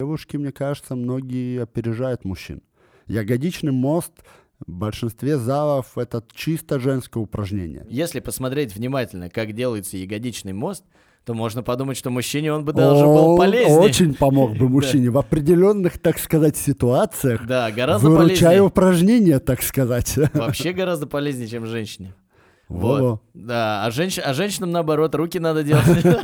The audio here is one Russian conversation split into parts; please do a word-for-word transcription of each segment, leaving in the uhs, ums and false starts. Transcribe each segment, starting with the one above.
девушки, мне кажется, многие опережают мужчин. Ягодичный мост в большинстве залов — это чисто женское упражнение. Если посмотреть внимательно, как делается ягодичный мост, то можно подумать, что мужчине он бы даже был полезнее. Очень помог бы мужчине в определенных, так сказать, ситуациях. Да, гораздо выручая полезнее. упражнения, так сказать. Вообще гораздо полезнее, чем женщине. Во-во. Вот. Да, а, женщ... а женщинам, наоборот, руки надо делать.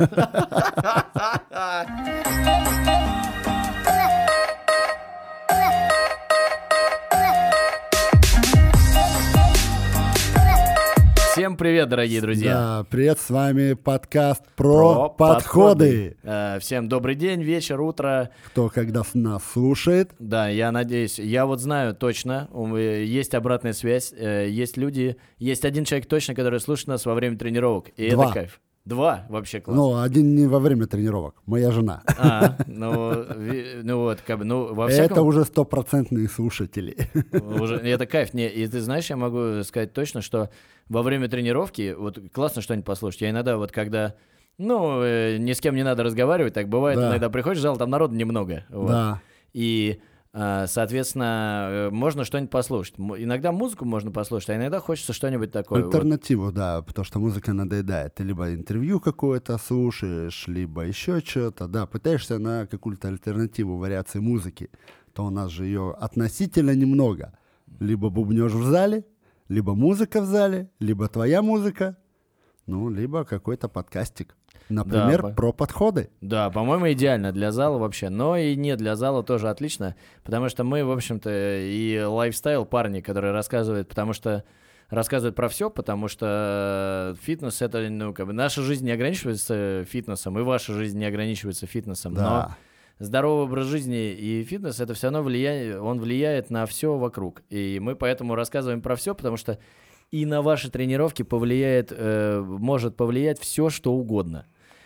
Всем привет, дорогие друзья. Да, привет, с вами подкаст про, про подходы. подходы. Всем добрый день, вечер, утро. Кто когда нас слушает. Да, я надеюсь, я вот знаю точно, есть обратная связь, есть люди, есть один человек точно, который слушает нас во время тренировок, и Два. это кайф. Два, вообще класс. Ну, один не во время тренировок, моя жена. А, ну, ви, ну вот, как бы, ну, во всяком... Это уже стопроцентные слушатели. Уже, это кайф. Не, и ты знаешь, я могу сказать точно, что во время тренировки, вот классно что-нибудь послушать. Я иногда вот когда, ну, э, ни с кем не надо разговаривать, так бывает, Да. иногда приходишь в зал, там народу немного. Вот. Да. И, э, соответственно, э, можно что-нибудь послушать. М- Иногда музыку можно послушать, а иногда хочется что-нибудь такое. вот. Альтернативу, да, потому что музыка надоедает. Ты либо интервью какое-то слушаешь, либо еще что-то, да, пытаешься на какую-то альтернативу вариации музыки, то у нас же ее относительно немного. Либо бубнешь в зале, либо музыка в зале, либо твоя музыка, ну, либо какой-то подкастик. Например, Да, про подходы. Да, по-моему, идеально для зала вообще, но и не для зала тоже отлично, потому что мы, в общем-то, и лайфстайл парни, которые рассказывают, потому что рассказывают про все, потому что фитнес — это, ну, как бы наша жизнь не ограничивается фитнесом, и ваша жизнь не ограничивается фитнесом, Да. но здоровый образ жизни и фитнес — это все равно влияет, он влияет на все вокруг, и мы поэтому рассказываем про все, потому что и на ваши тренировки повлияет, э, может повлиять все, что угодно.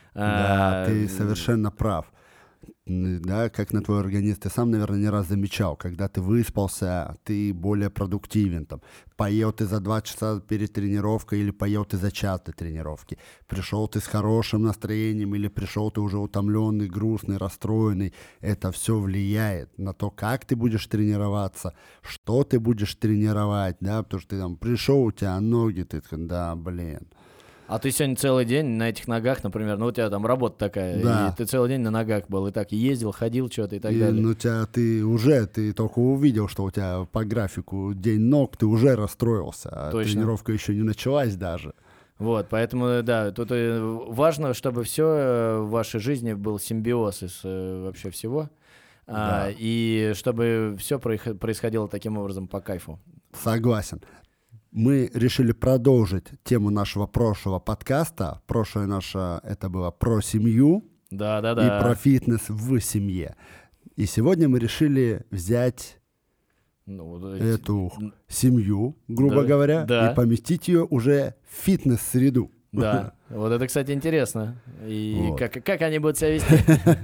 Да, А, ты совершенно прав. М, Да, как на твой организм. Ты сам, наверное, не раз замечал, когда ты выспался, ты более продуктивен. Там, поел ты за два часа перед тренировкой или поел ты за час до тренировки. Пришел ты с хорошим настроением или пришел ты уже утомленный, грустный, расстроенный. Это все влияет на то, как ты будешь тренироваться, что ты будешь тренировать. Да? Потому что ты там пришел, у тебя ноги, ты такой, да, блин. А ты сегодня целый день на этих ногах, например, ну у тебя там работа такая, Да. и ты целый день на ногах был, и так ездил, ходил, что-то и так И, далее. ну, тебя, ты уже, ты только увидел, что у тебя по графику день ног, ты уже расстроился, а Точно. тренировка еще не началась даже. Вот, поэтому, да, тут э, важно, чтобы все в вашей жизни был симбиоз из э, вообще всего, а, Да. и чтобы все происходило таким образом по кайфу. Согласен. Мы решили продолжить тему нашего прошлого подкаста. Прошлое наше это было про семью Да-да-да. и про фитнес в семье. И сегодня мы решили взять Ну, вот, э, эту семью, грубо Да, говоря, да. и поместить ее уже в фитнес-среду. Да, вот это, кстати, интересно. И Вот. как, как они будут себя вести?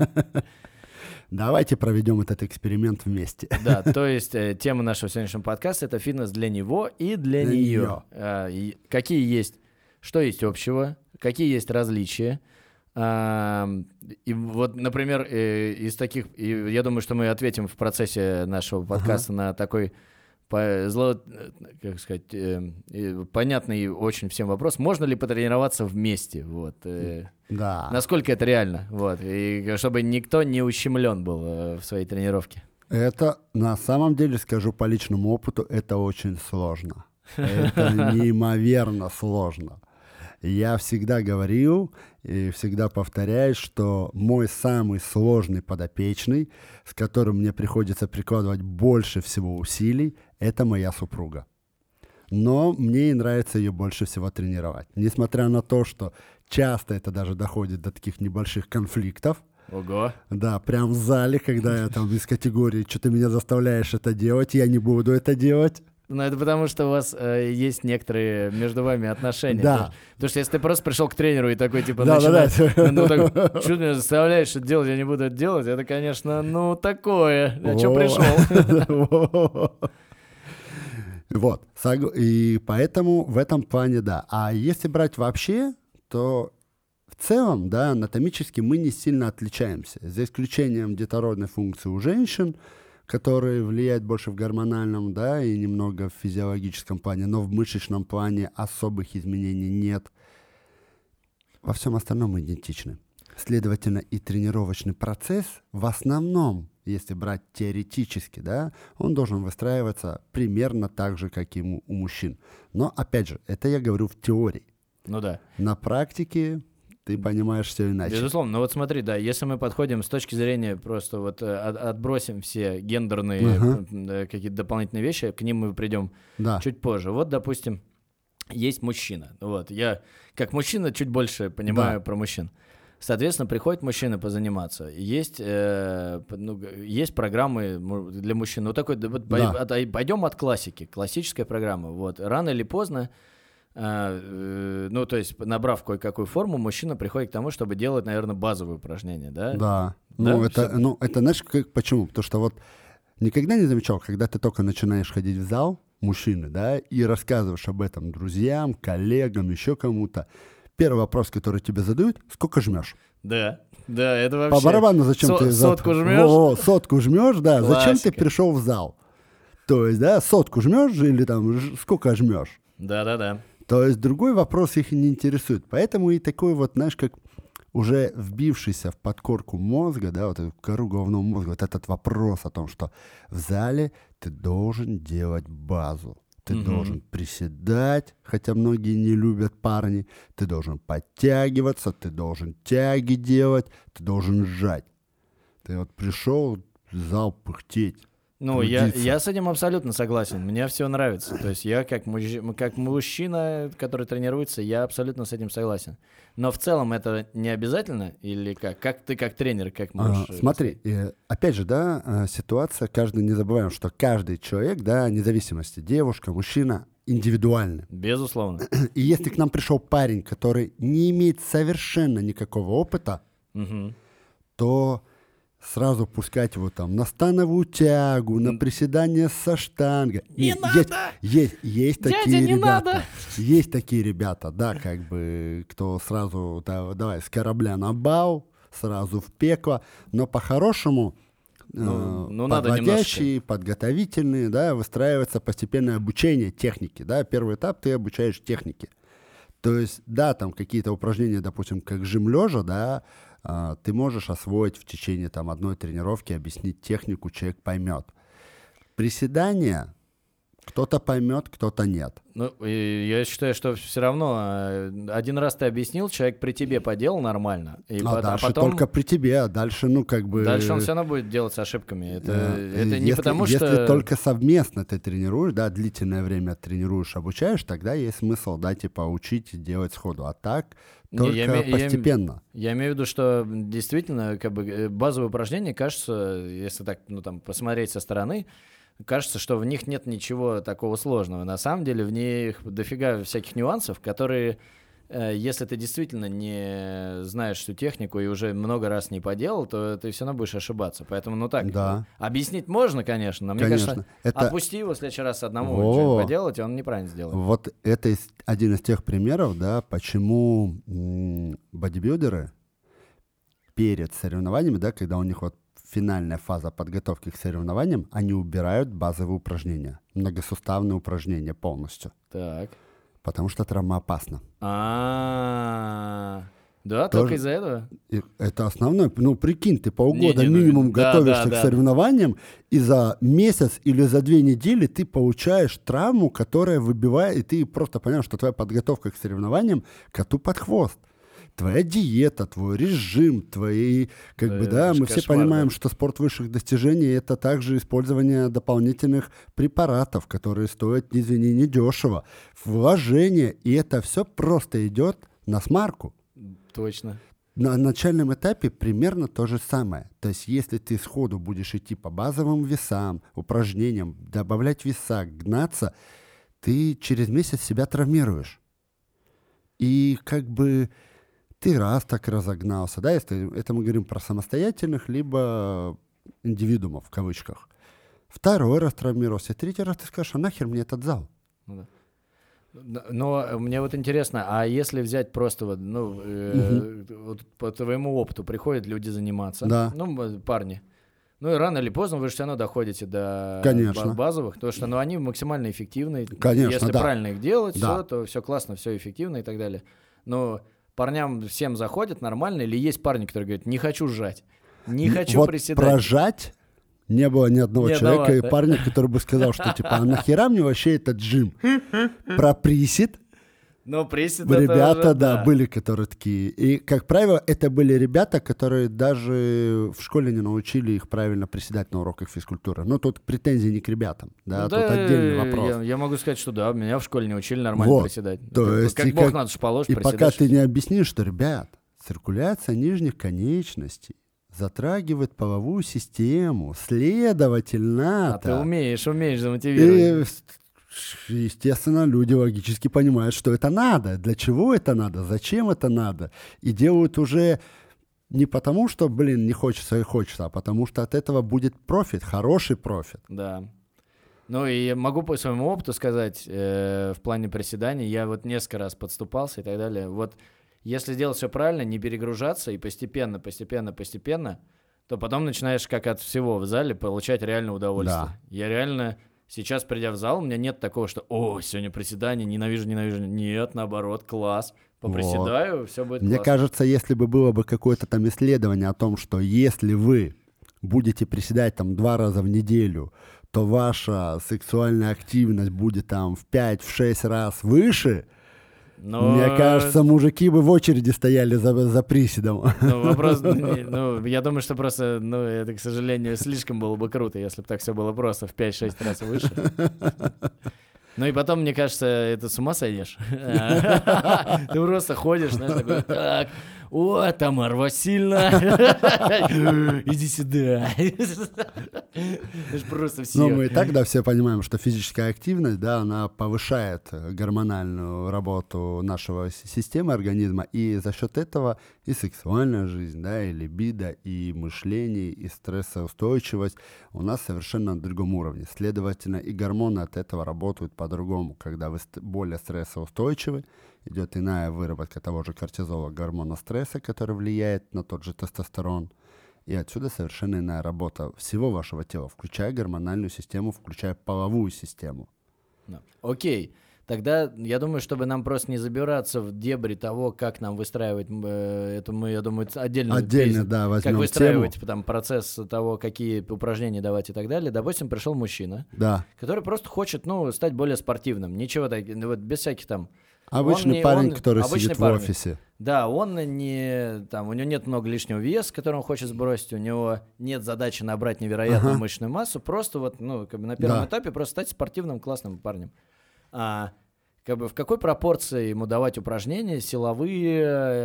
Давайте проведем этот эксперимент вместе. Да, то есть э, тема нашего сегодняшнего подкаста — это фитнес для него и для, Для нее. неё. А, и какие есть, что есть общего, какие есть различия. А, и вот, например, э, из таких, и я думаю, что мы ответим в процессе нашего подкаста на такой по- зло, как сказать, э, э, понятный очень всем вопрос: можно ли потренироваться вместе? Вот. э, Да. Насколько это реально? Вот. И чтобы никто не ущемлен был э, в своей тренировке. Это на самом деле, скажу по личному опыту, это очень сложно. Это неимоверно сложно. Я всегда говорил и всегда повторяю, что мой самый сложный подопечный, с которым мне приходится прикладывать больше всего усилий, это моя супруга. Но мне и нравится ее больше всего тренировать. Несмотря на то, что часто это даже доходит до таких небольших конфликтов. Ого. Да, прям в зале, когда я там из категории «что ты меня заставляешь это делать, я не буду это делать». Ну, это потому, что у вас э, есть некоторые между вами отношения. Да. Потому, потому что если ты просто пришел к тренеру и такой, типа, Да, да, начинаешь... да. Ну, так, что ты меня заставляешь это делать, я не буду это делать, это, конечно, ну, такое. А что О. пришел? Вот. сог- И поэтому в этом плане да. А если брать вообще, то в целом, да, анатомически мы не сильно отличаемся, за исключением детородной функции у женщин, которые влияют больше в гормональном, да, и немного в физиологическом плане, но в мышечном плане особых изменений нет. Во всем остальном мы идентичны. Следовательно, и тренировочный процесс в основном, если брать теоретически, да, он должен выстраиваться примерно так же, как и у, у мужчин. Но, опять же, это я говорю в теории. Ну да. На практике ты понимаешь все иначе. Безусловно. Но вот смотри, да, если мы подходим с точки зрения, просто вот э, от, отбросим все гендерные uh-huh. э, какие-то дополнительные вещи, к ним мы придем да. чуть позже. Вот, допустим, есть мужчина. Вот, я как мужчина чуть больше понимаю да. про мужчин. Соответственно, приходит мужчина позаниматься. Есть, э, ну, есть программы для мужчин. Ну, такой, вот, да. от, пойдем от классики. Классическая программа. Вот. Рано или поздно, э, э, ну, то есть, набрав кое-какую форму, мужчина приходит к тому, чтобы делать, наверное, базовые упражнения, да? Да. да? Ну, это, ну, это, знаешь, как, почему? Потому что вот никогда не замечал, когда ты только начинаешь ходить в зал, мужчины, да, и рассказываешь об этом друзьям, коллегам, еще кому-то, первый вопрос, который тебе задают, сколько жмешь? Да, да, это вообще... По барабану зачем Со- ты... Сотку за... жмешь? О, сотку жмешь, да. Классика. Зачем ты пришел в зал? То есть, да, сотку жмешь или там ж... сколько жмешь? Да-да-да. То есть другой вопрос их не интересует. Поэтому и такой вот, знаешь, как уже вбившийся в подкорку мозга, да, вот эту кору головного мозга, вот этот вопрос о том, что в зале ты должен делать базу. Ты mm-hmm. должен приседать, хотя многие не любят парни. Ты должен подтягиваться, ты должен тяги делать, ты должен сжать. Ты вот пришел в зал пыхтеть. Ну, я, я с этим абсолютно согласен. Мне все нравится. То есть я как, муж, как мужчина, который тренируется, я абсолютно с этим согласен. Но в целом это не обязательно? Или как? Как ты как тренер, как можешь... А, смотри, э, опять же, да, ситуация, каждый, не забываем, что каждый человек, да, вне зависимости, девушка, мужчина, индивидуальны. Безусловно. И если к нам пришел парень, который не имеет совершенно никакого опыта, угу. то... сразу пускать его там на становую тягу, на приседание со штангой. Не есть, надо! Есть, есть Дядя, такие не ребята. Надо! Есть такие ребята, да, как бы, кто сразу, да, давай, с корабля на бал, сразу в пекло, но по-хорошему ну, э, ну, подводящие, подготовительные, да, выстраивается постепенное обучение техники, да, первый этап ты обучаешь технике. То есть, да, там какие-то упражнения, допустим, как жим лежа, да, ты можешь освоить в течение там, одной тренировки, объяснить технику, человек поймет. Приседания кто-то поймет, кто-то нет. Ну, я считаю, что все равно один раз ты объяснил, человек при тебе поделал нормально. И а потом, дальше потом... только при тебе, а дальше, ну, как бы... Дальше он все равно будет делать с ошибками. Это, э, это не если, потому, что... Если только совместно ты тренируешь, да, длительное время тренируешь, обучаешь, тогда есть смысл, да, типа, учить и делать сходу. А так только не, я, постепенно. Я, я имею в виду, что действительно, как бы, базовые упражнения, кажется, если так, ну, там, посмотреть со стороны, кажется, что в них нет ничего такого сложного. На самом деле в них дофига всяких нюансов, которые, э, если ты действительно не знаешь всю технику и уже много раз не поделал, то ты все равно будешь ошибаться. Поэтому, ну так, да. объяснить можно, конечно, но мне конечно. кажется, это... отпусти его в следующий раз одному что-нибудь поделать, и он неправильно сделает. Вот это один из тех примеров, да, почему м- бодибилдеры перед соревнованиями, да, когда у них вот финальная фаза подготовки к соревнованиям, они убирают базовые упражнения, многосуставные упражнения полностью. Так. Потому что травма опасна. А-а-а. Да, Тоже, только из-за этого? Это основное. Ну, прикинь, ты полгода не, не, минимум да, готовишься да, к да. соревнованиям, и за месяц или за две недели ты получаешь травму, которая выбивает, и ты просто понимаешь, что твоя подготовка к соревнованиям коту под хвост. Твоя диета, твой режим, твои, как да, бы, да, мы кошмар, все понимаем, да. что спорт высших достижений — это также использование дополнительных препаратов, которые стоят, извини, недешево, вложение, и это все просто идет на смарку. Точно. На начальном этапе примерно то же самое. То есть если ты сходу будешь идти по базовым весам, упражнениям, добавлять веса, гнаться, ты через месяц себя травмируешь. И как бы... Ты раз так разогнался, да, если это мы говорим про самостоятельных, либо индивидуумов, в кавычках. Второй раз травмировался, третий раз ты скажешь, а нахер мне этот зал? Ну, да. Но мне вот интересно, а если взять просто вот, ну, э, угу. вот по твоему опыту приходят люди заниматься, да. ну, парни, ну и рано или поздно вы же все равно доходите до Конечно. базовых, потому что ну, они максимально эффективны. Конечно, если да. правильно их делать, да. все, то все классно, все эффективно и так далее. Но парням всем заходит нормально, или есть парни, которые говорят, не хочу жать, не хочу вот приседать. Прожать не было ни одного ни человека одного, и да? парня, который бы сказал, что типа, а нахера мне вообще этот джим? Про присед. Ну, присед Ребята, уже, да, да, были, которые такие. И, как правило, это были ребята, которые даже в школе не научили их правильно приседать на уроках физкультуры. Ну, тут претензии не к ребятам, да, ну, тут да, отдельный вопрос. Я, я могу сказать, что да, меня в школе не учили нормально вот. приседать. То как, есть, как и бог как, надо, положишь, и приседаешь. пока ты не объяснишь, что, ребят, циркуляция нижних конечностей затрагивает половую систему, следовательно... А ты умеешь, умеешь замотивировать. И, естественно, люди логически понимают, что это надо, для чего это надо, зачем это надо. И делают уже не потому, что, блин, не хочется и хочется, а потому что от этого будет профит, хороший профит. Да. Ну и могу по своему опыту сказать, э, в плане приседаний, я вот несколько раз подступался и так далее. Вот если сделать все правильно, не перегружаться и постепенно, постепенно, постепенно, то потом начинаешь, как от всего в зале, получать реальное удовольствие. Да. Я реально сейчас, придя в зал, у меня нет такого, что «О, сегодня приседание, ненавижу, ненавижу». Нет, наоборот, класс. Поприседаю, вот. Все будет Мне классно. кажется, если бы было бы какое-то там исследование о том, что если вы будете приседать там два раза в неделю, то ваша сексуальная активность будет там в пять-шесть раз выше, но... мне кажется, мужики бы в очереди стояли за, за приседом. Ну, вопрос, ну, я думаю, что просто, ну, это, к сожалению, слишком было бы круто, если бы так все было просто в пять-шесть раз выше. Ну и потом, мне кажется, это с ума сойдешь. Ты просто ходишь, знаешь, такой, так, о, Тамара Васильевна, иди сюда. Это просто все. Ну, мы и так, да, все понимаем, что физическая активность, да, она повышает гормональную работу нашего системы организма, и за счет этого и сексуальная жизнь, да, и либидо, и мышление, и стрессоустойчивость у нас совершенно на другом уровне. Следовательно, и гормоны от этого работают по-другому. Когда вы более стрессоустойчивы, идет иная выработка того же кортизола, гормона стресса, который влияет на тот же тестостерон. И отсюда совершенно иная работа всего вашего тела, включая гормональную систему, включая половую систему. Окей. Тогда я думаю, чтобы нам просто не забираться в дебри того, как нам выстраивать, э, это мы, я думаю, отдельно, отдельно да, возьмем как выстраивать тему. Там, процесс того, какие упражнения давать и так далее. Допустим, пришел мужчина, да. который просто хочет, ну, стать более спортивным. Ничего так, вот без всяких там... Обычный не, парень, он, который обычный сидит парень. в офисе. Да, он не, там, у него нет много лишнего веса, который он хочет сбросить, у него нет задачи набрать невероятную ага. мышечную массу, просто вот, ну, как бы на первом да. этапе просто стать спортивным классным парнем. А, как бы в какой пропорции ему давать упражнения, силовые,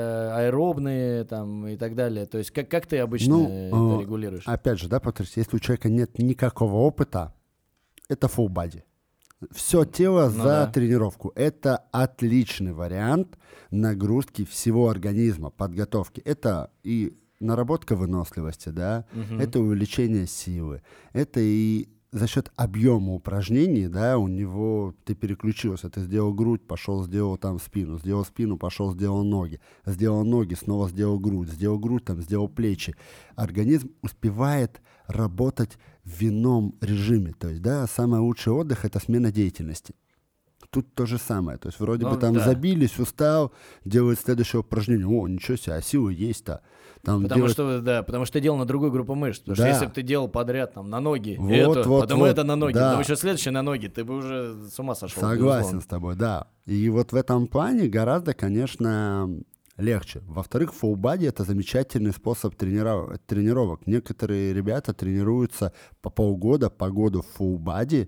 аэробные, там, и так далее? То есть как, как ты обычно ну, это э, регулируешь? Опять же, да, повторюсь, если у человека нет никакого опыта, это full body. Все тело ну, за да. тренировку. Это отличный вариант нагрузки всего организма, подготовки. Это и наработка выносливости, да, угу. это увеличение силы, это и за счет объема упражнений, да, у него ты переключился, ты сделал грудь, пошел, сделал там спину, сделал спину, пошел, сделал ноги, сделал ноги, снова сделал грудь, сделал грудь, там, сделал плечи. Организм успевает работать в ином режиме, то есть, да, самый лучший отдых — это смена деятельности. Тут то же самое, то есть вроде ну, бы там да. забились, устал, делает следующее упражнение, о, ничего себе, а силы есть-то. Там потому делать... что, да, потому что ты делал на другую группу мышц, потому да. что если бы ты делал подряд там на ноги, вот, это, вот, потом вот, это на ноги, да. потом еще следующее на ноги, ты бы уже с ума сошел. Согласен безусловно. с тобой, да. И вот в этом плане гораздо, конечно, легче. Во-вторых, full body — это замечательный способ трениров... тренировок. Некоторые ребята тренируются по полгода, по году в full body,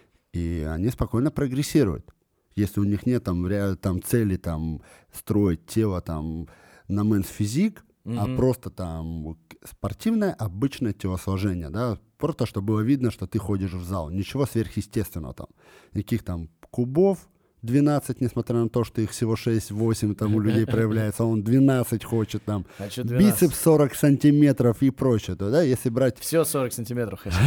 и они спокойно прогрессируют. Если у них нет там, там цели там, строить тело там, на мэнс физик, mm-hmm. а просто там спортивное обычное телосложение, да, просто чтобы было видно, что ты ходишь в зал. Ничего сверхъестественного там. Никаких там кубов, двенадцать, несмотря на то, что их всего шесть-восемь там у людей проявляется, он двенадцать хочет там, а что двенадцать? Бицепс сорок сантиметров и прочее, то, да, если брать... Все сорок сантиметров хочу.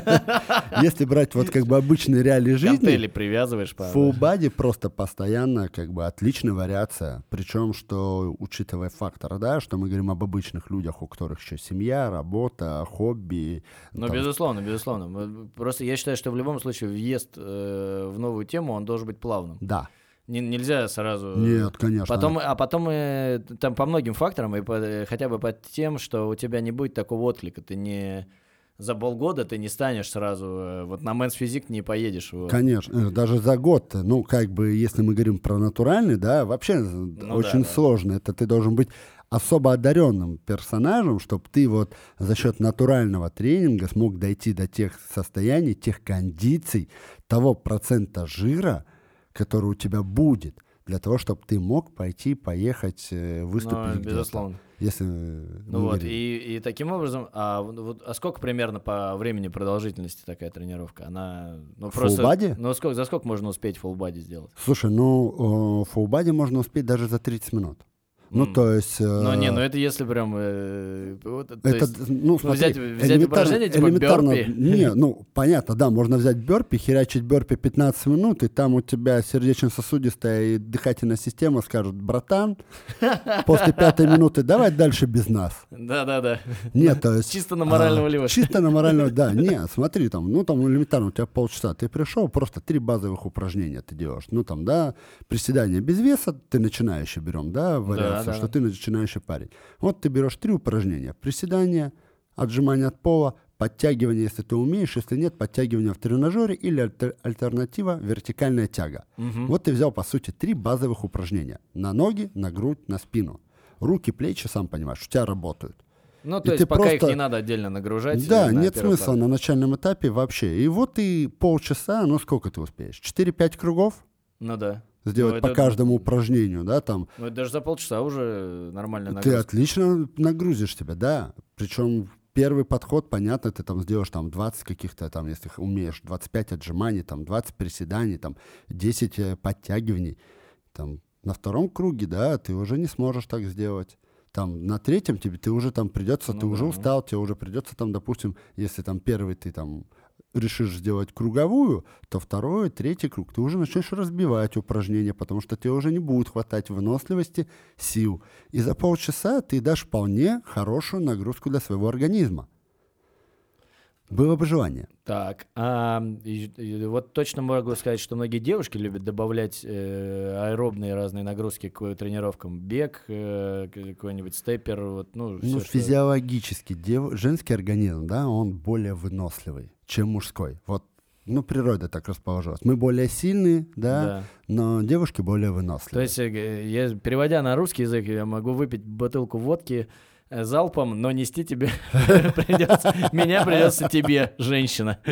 Если брать вот как бы обычные реалии жизни... Гантели привязываешь, правда. Full body просто постоянно как бы отличная вариация, причем, что, учитывая фактор, да, что мы говорим об обычных людях, у которых еще семья, работа, хобби... Ну, там... безусловно, безусловно. Просто я считаю, что в любом случае въезд э, в новую тему, он должен быть плавным. Да. Н- нельзя сразу... Нет, конечно. Потом, а потом э, там по многим факторам, и по, хотя бы по тем, что у тебя не будет такого отклика. Ты не... За полгода ты не станешь сразу... Э, вот на Men's Physique не поедешь. Вот. Конечно. Даже за год, ну, как бы, если мы говорим про натуральный, да, вообще Ну, очень да, да. сложно. Это ты должен быть особо одаренным персонажем, чтобы ты вот за счет натурального тренинга смог дойти до тех состояний, тех кондиций, того процента жира, который у тебя будет, для того, чтобы ты мог пойти, поехать, выступить Ну, где-то. безусловно. Если Ну вот, и, и таким образом, а, вот, а сколько примерно по времени продолжительности такая тренировка? Она, ну, просто, Full body? Ну, сколько, за сколько можно успеть full body сделать? Слушай, ну, full body можно успеть даже за тридцать минут. Ну, Mm. то есть... Ну, не, ну это если прям... Э, вот, то это, есть, ну, смотри, взять, взять упражнение типа элементарно, бёрпи. Не, ну, понятно, да, можно взять бёрпи, херачить бёрпи пятнадцать минут, и там у тебя сердечно-сосудистая и дыхательная система скажут: братан, после пятой минуты давай дальше без нас. Да-да-да. Нет, то есть... Чисто на морального а, лева. Чисто на морального, да. Не, смотри, там, ну, там элементарно, у тебя полчаса. Ты пришел, просто три базовых упражнения ты делаешь. Ну, там, да, приседания без веса, ты начинающий берем, да, вариацию, Да, да. что ты начинающий парень. Вот ты берешь три упражнения. Приседания, отжимания от пола, подтягивание, если ты умеешь, если нет, подтягивание в тренажере или альтер- альтернатива вертикальная тяга. Мгм. Вот ты взял, по сути, три базовых упражнения. На ноги, на грудь, на спину. Руки, плечи, сам понимаешь, у тебя работают. Ну, И то ты есть пока их просто- не надо отдельно нагружать. Да, э, на нет первый смысла план. на начальном этапе вообще. И вот ты полчаса, ну сколько ты успеешь? четыре-пять кругов Ну да. сделать Ну, по это- каждому упражнению, да, там. Ну, это даже за полчаса уже нормально Ты нагрузка. отлично нагрузишь себя, да. Причем первый подход, понятно, ты там сделаешь там двадцать каких-то, там, если умеешь, двадцать пять отжиманий, там, двадцать приседаний, там, десять э, подтягиваний. Там, на втором круге, да, ты уже не сможешь так сделать. Там, на третьем тебе ты уже там придется, Ну ты уже да. устал, тебе уже придется там, допустим, если там первый ты там решишь сделать круговую, то второй, третий круг ты уже начнешь разбивать упражнения, потому что тебе уже не будет хватать выносливости, сил. И за полчаса ты дашь вполне хорошую нагрузку для своего организма. Было бы желание. Так, а, и- и вот точно могу сказать, что многие девушки любят добавлять э, аэробные разные нагрузки к тренировкам. Бег, э, какой-нибудь степпер, вот, ну, Ну, всё, что- физиологически дев- женский организм, да, он более выносливый, чем мужской. Вот, ну, природа так расположилась. Мы более сильные, да, Да. но девушки более То выносливые. есть, э, я, переводя на русский язык, я могу выпить бутылку водки э, залпом, но нести тебе придется, меня придется тебе, женщина.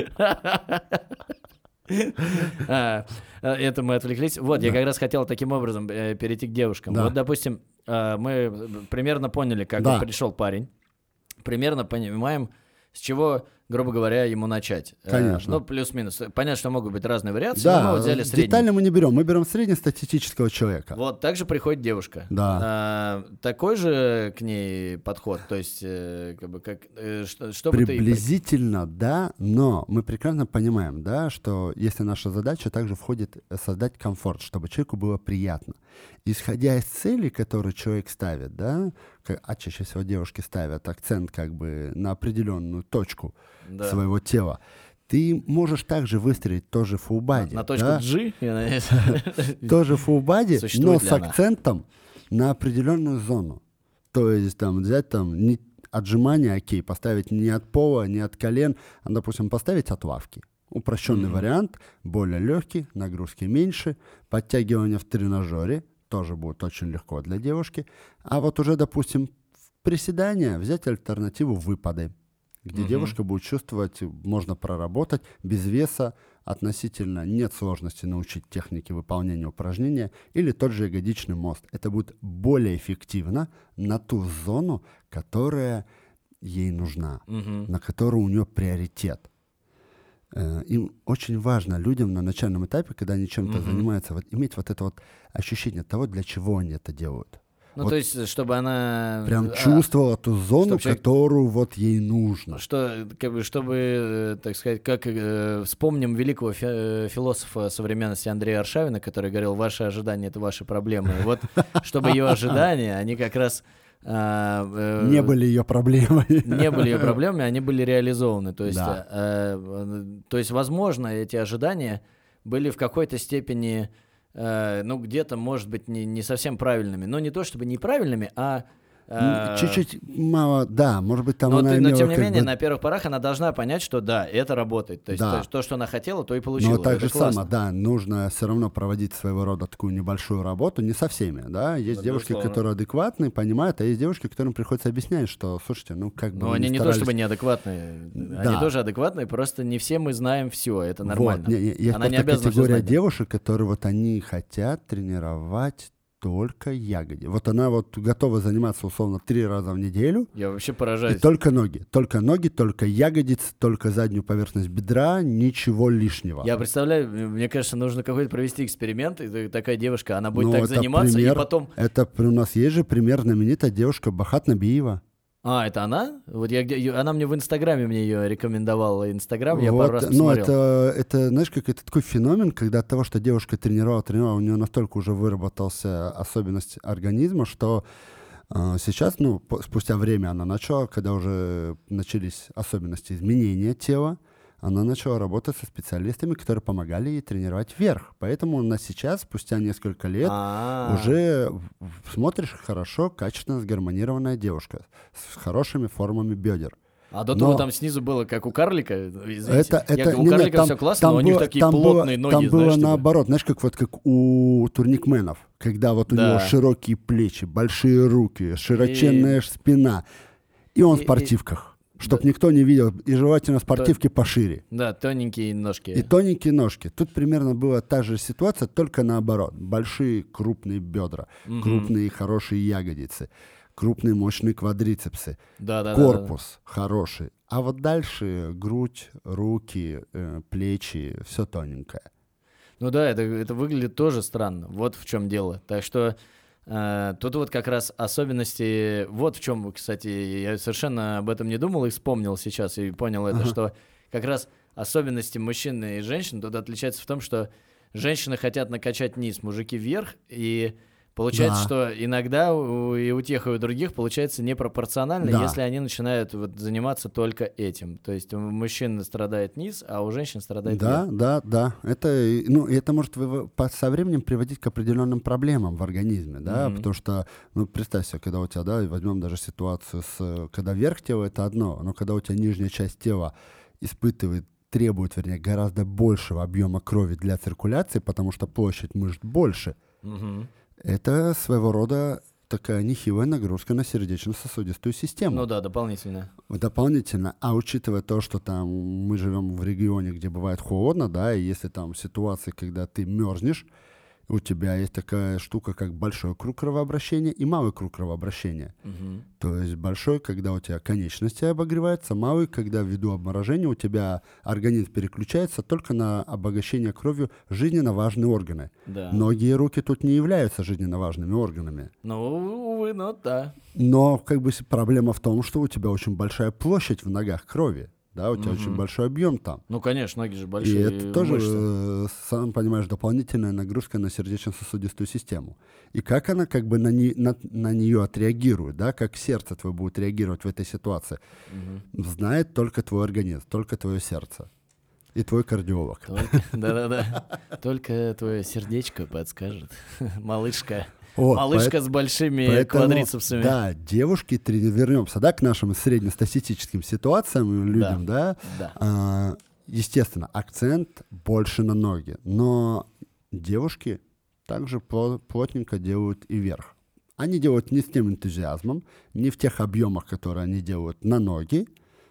А, э, Это мы отвлеклись. Вот, я Да. как раз хотел таким образом э, перейти к девушкам. Да. Вот, допустим, э, мы примерно поняли, как Да. вот пришел парень. Примерно понимаем, с чего, грубо говоря, ему начать. Э, Конечно. Ну, плюс-минус. Понятно, что могут быть разные вариации, но мы Да, вот взяли средний. детально мы не берем, мы берем среднестатистического человека. Вот, также приходит девушка. Да. А, такой же к ней подход, то есть, э, как бы, как, э, что, что бы ты... Приблизительно, да, но мы прекрасно понимаем, да, что если наша задача также входит создать комфорт, чтобы человеку было приятно. Исходя из целей, которые человек ставит, да, как- а чаще всего девушки ставят акцент как бы на определенную точку Да. своего тела, ты можешь также выстроить тоже full На, body, на точку да, G, я надеюсь. тоже full body, но Существует ли с она? акцентом на определенную зону. То есть там взять там не отжимания, окей, поставить не от пола, не от колен, а, допустим, поставить от лавки. Упрощенный Мгм. вариант, более легкий, нагрузки меньше, подтягивание в тренажере тоже будет очень легко для девушки. А вот уже, допустим, в приседания взять альтернативу выпады, где Мгм. девушка будет чувствовать, можно проработать без веса, относительно нет сложности научить технике выполнения упражнения, или тот же ягодичный мост. Это будет более эффективно на ту зону, которая ей нужна, Мгм. на которую у нее приоритет. Э, им очень важно людям на начальном этапе, когда они чем-то Мгм. занимаются, вот, иметь вот это вот ощущение того, для чего они это делают. Ну, Вот то есть, чтобы она... прям а, чувствовала ту зону, чтоб человек- которую вот ей нужно. Что, как бы, чтобы, э, так сказать, как э, вспомним великого фи- э, философа современности Андрея Аршавина, который говорил: ваши ожидания — это ваши проблемы. И вот, чтобы ее ожидания, они как раз а, э, Не были ее проблемой. не были ее проблемами, они были реализованы. То есть, Да. э, э, то есть, возможно, эти ожидания были в какой-то степени, э, ну, где-то, может быть, не, не совсем правильными. Но не то чтобы неправильными, а... М, э, Чуть-чуть мало, да, может быть, там но, она ты- но имела тем не как менее, бы- на первых порах она должна понять, что да, это работает. То есть Да. то, то, что она хотела, то и получила. Но так Это же классно. само, да, нужно все равно проводить своего рода такую небольшую работу, не со всеми, да. Есть Да, девушки, безусловно. которые адекватные, понимают, а есть девушки, которым приходится объяснять, что, слушайте, ну как бы Но вы они ни не то старались- чтобы неадекватные, они Да. тоже адекватные, просто не все мы знаем все, это нормально. Вот, не- не- есть Она не просто обязана всё категория знать, да. девушек, которые вот они хотят тренировать только ягоди. Вот она вот готова заниматься условно три раза в неделю, Я вообще и поражаюсь. только ноги, только ноги, только ягодицы, только заднюю поверхность бедра, ничего лишнего. Я представляю, м- мне кажется, нужно какой-то провести эксперимент, и та- такая девушка, она будет Ну, так это заниматься, пример. и потом... Это при- у нас есть же пример знаменитая девушка Бахат Набиева. А, это она? Вот я, где- она мне в Инстаграме мне ее рекомендовала. Инстаграм, я Вот, пару раз ну, посмотрел. это, это, знаешь, как это такой феномен, когда от того, что девушка тренировала, тренировала, у нее настолько уже выработался особенность организма, что э, сейчас, ну, по- спустя время она начала, когда уже начались особенности изменения тела, она начала работать со специалистами, которые помогали ей тренировать вверх. Поэтому она сейчас, спустя несколько лет, А, уже в- в- смотришь хорошо, качественно сгармонированная девушка с хорошими формами бедер. а до но- того там снизу было как у карлика. Извините. Это, Я это, говорю, у не-не, карлика там- все классно, там но у них было- такие там было- плотные ноги, Там было знаешь, типа. наоборот, знаешь, как вот как у турникменов, когда вот у Да. него широкие плечи, большие руки, широченная спина, и он и- в спортивках, чтоб да. никто не видел, и желательно спортивки пошире. Да, тоненькие ножки. И тоненькие ножки. Тут примерно была та же ситуация, только наоборот. Большие крупные бедра, Мгм. крупные хорошие ягодицы, крупные мощные квадрицепсы, Да, да, да, корпус хороший. А вот дальше грудь, руки, э, плечи, все тоненькое. Ну да, это, это выглядит тоже странно. Вот в чем дело. Так что э, тут вот как раз особенности. Вот в чем, кстати, я совершенно об этом не думал и вспомнил сейчас и понял это, Ага. что как раз особенности мужчин и женщин тут отличаются в том, что женщины хотят накачать низ, мужики вверх, и получается, Да. что иногда у, и у тех, и у других получается непропорционально, Да. если они начинают вот заниматься только этим. То есть у мужчин страдает низ, а у женщин страдает Да, верх. да, да. Это, и- ну, и это может выво- по- со временем приводить к определенным проблемам в организме, да, Мгм. потому что, ну, представь себе, когда у тебя, да, возьмем даже ситуацию с, э, когда верх тела это одно, но когда у тебя нижняя часть тела испытывает, требует, вернее, гораздо большего объема крови для циркуляции, потому что площадь мышц больше, Мгм. это своего рода такая нехилая нагрузка на сердечно-сосудистую систему. Ну да, дополнительно. Дополнительно, а учитывая то, что там мы живем в регионе, где бывает холодно, да, и если там ситуации, когда ты мерзнешь, у тебя есть такая штука, как большой круг кровообращения и малый круг кровообращения. Мгм. То есть большой, когда у тебя конечности обогреваются, малый, когда ввиду обморожения у тебя организм переключается только на обогащение кровью жизненно важные органы. Да. Ноги и руки тут не являются жизненно важными органами. Ну, увы, ну да. Но как бы с- проблема в том, что у тебя очень большая площадь в ногах крови, да, у тебя Мгм. очень большой объем там. Ну, конечно, ноги же И большие. это тоже, мышцы. э, сам понимаешь, дополнительная нагрузка на сердечно-сосудистую систему. И как она как бы на, не- на, на нее отреагирует, да, как сердце твое будет реагировать в этой ситуации, Мгм. знает только твой организм, только твое сердце и твой кардиолог. Только- Да-да-да. Только твое сердечко подскажет. Малышка. Вот, Малышка с большими Поэтому, квадрицепсами. да, девушки, трени- вернемся, да, к нашим среднестатистическим ситуациям, людям, да, Да. а, естественно, акцент больше на ноги, но девушки также пло- плотненько делают и вверх. Они делают не с тем энтузиазмом, не в тех объемах, которые они делают на ноги,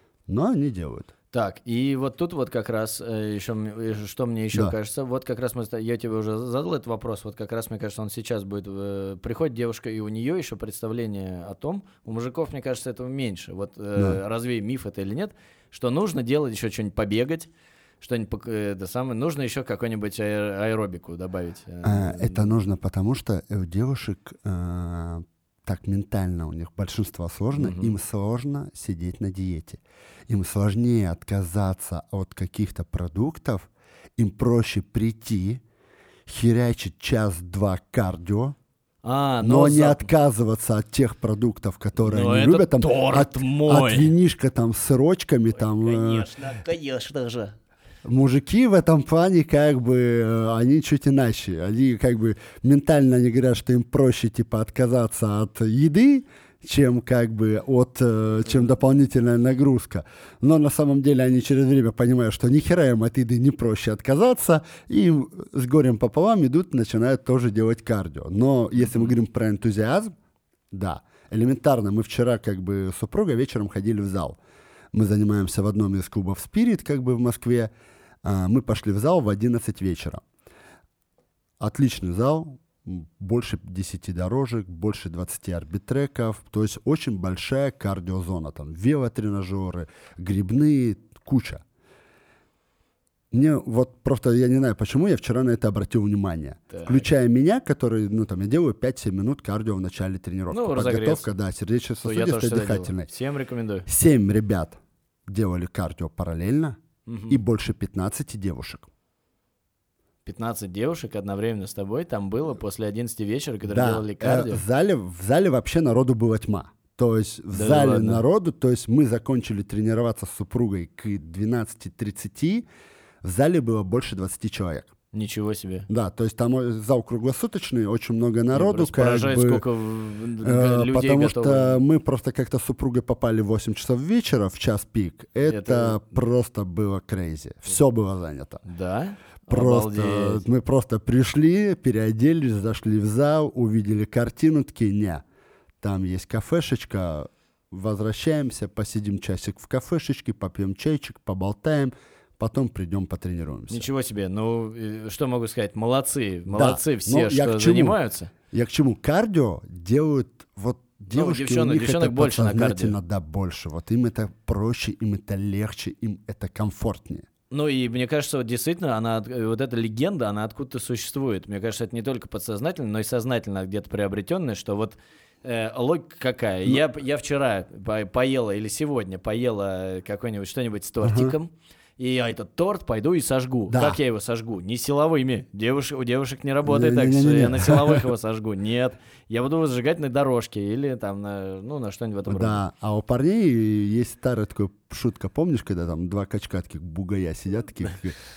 но они делают. Так, и вот тут вот как раз э, еще, м- э, что мне еще Да. кажется, вот как раз мы, ста- я тебе уже задал этот вопрос, вот как раз, мне кажется, он сейчас будет, э, приходит девушка, и у нее еще представление о том, у мужиков, мне кажется, этого меньше, вот э, Да. развей миф это или нет, что нужно делать еще что-нибудь, побегать, что-нибудь это самое. Нужно еще какую-нибудь аэробику добавить. Это нужно, потому что у девушек э, так ментально у них большинство сложно, угу. им сложно сидеть на диете. Им сложнее отказаться от каких-то продуктов, им проще прийти, херячить час-два кардио, а, но, но не за... отказываться от тех продуктов, которые но они любят. Там, торт от, мой. От винишка там с сырочками. Ой, там, конечно, э... конечно же. Мужики в этом плане как бы, они чуть иначе. Они как бы ментально они говорят, что им проще типа отказаться от еды, чем как бы от, чем дополнительная нагрузка. Но на самом деле они через время понимают, что ни хера им от еды не проще отказаться, и с горем пополам идут, начинают тоже делать кардио. Но если мы говорим про энтузиазм, да, элементарно. Мы вчера как бы с супругой вечером ходили в зал. Мы занимаемся в одном из клубов Spirit, как бы в Москве. Мы пошли в зал в одиннадцать вечера. Отличный зал. Больше десяти дорожек, больше двадцати арбитреков, то есть очень большая кардиозона, там велотренажеры, грибные, куча. Мне вот просто, я не знаю, почему я вчера на это обратил внимание. Так. Включая меня, который, ну там, я делаю пять-семь минут кардио в начале тренировки. Ну, подготовка, да, сердечно-сосудистой, дыхательной. Всем рекомендую. Семь ребят делали кардио параллельно, угу. и больше пятнадцати девушек. пятнадцать девушек одновременно с тобой там было после одиннадцати вечера, которые да, делали кардио? Э, в, зале, в зале вообще народу была тьма. То есть в да зале ладно. народу, то есть мы закончили тренироваться с супругой к двенадцати тридцати, в зале было больше двадцати человек. Ничего себе. Да, то есть там зал круглосуточный, очень много народу. Как поражает, бы, сколько э, людей потому готовы. Что мы просто как-то с супругой попали в восемь часов вечера, в час пик. Это, Это... просто было крейзи. Все было занято. Да? Просто Обалдеть. Мы просто пришли, переоделись, зашли в зал, увидели картину, такие, не, там есть кафешечка, возвращаемся, посидим часик в кафешечке, попьем чайчик, поболтаем, потом придем потренируемся. Ничего себе, ну что могу сказать, молодцы, молодцы да, все, что чему, занимаются. Я к чему? Кардио делают вот девушки, ну, девчонок, у них это больше подсознательно, да, больше. Вот им это проще, им это легче, им это комфортнее. Ну и мне кажется, вот действительно, она, вот эта легенда, она откуда-то существует. Мне кажется, это не только подсознательно, но и сознательно где-то приобретенное, что вот э, логика какая. Ну, я, я вчера по- поела или сегодня поела какой-нибудь что-нибудь с тортиком, uh-huh. и я этот торт пойду и сожгу. Да. Как я его сожгу? Не силовыми. Девушек, у девушек не работает не, так, не, не, что не. Я на силовых его сожгу. Нет. Я буду его сжигать на дорожке или там на, ну, на что-нибудь в этом роде. Да, а у парней есть старая такая шутка, помнишь, когда там два качка таких бугая сидят, таких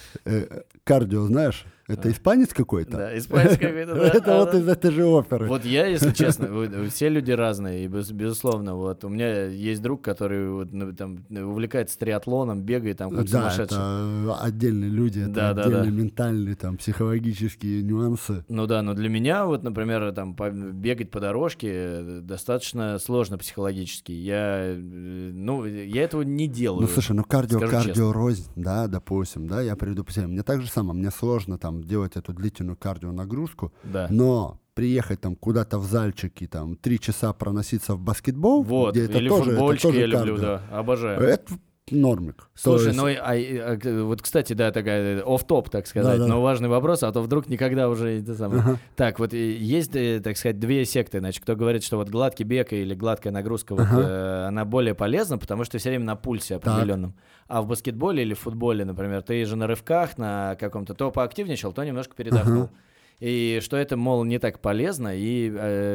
э, кардио, знаешь? Это испанец какой-то? Да, испанец какой-то, да. Это вот из этой же оперы. Вот я, если честно, все люди разные, и безусловно, вот у меня есть друг, который там увлекается триатлоном, бегает там как сумасшедший. Да, это отдельные люди, это отдельные ментальные, там, психологические нюансы. Ну да, но для меня, вот, например, там, бегать по дорожке достаточно сложно психологически. Я, ну, я этого не делаю. Ну, слушай, ну кардио, кардио рознь, да, допустим, да, я приведу по себе. Мне так же самое, мне сложно там делать эту длительную кардионагрузку, да. но приехать там куда-то в зальчик и там три часа проноситься в баскетбол, вот, где это или тоже, футбольчики это тоже я кардио. люблю, да, обожаю. Это нормик. Слушай, есть... ну а, а, вот, кстати, да, такая офф-топ, так сказать, да, да. но важный вопрос, а то вдруг никогда уже это самое. Ага. Так, вот есть, так сказать, две секты, значит, кто говорит, что вот гладкий бег или гладкая нагрузка, ага. вот, э, она более полезна, потому что все время на пульсе определенном. Так. А в баскетболе или в футболе, например, ты же на рывках, на каком-то, то поактивничал, то немножко передохнул. Ага. И что это, мол, не так полезно и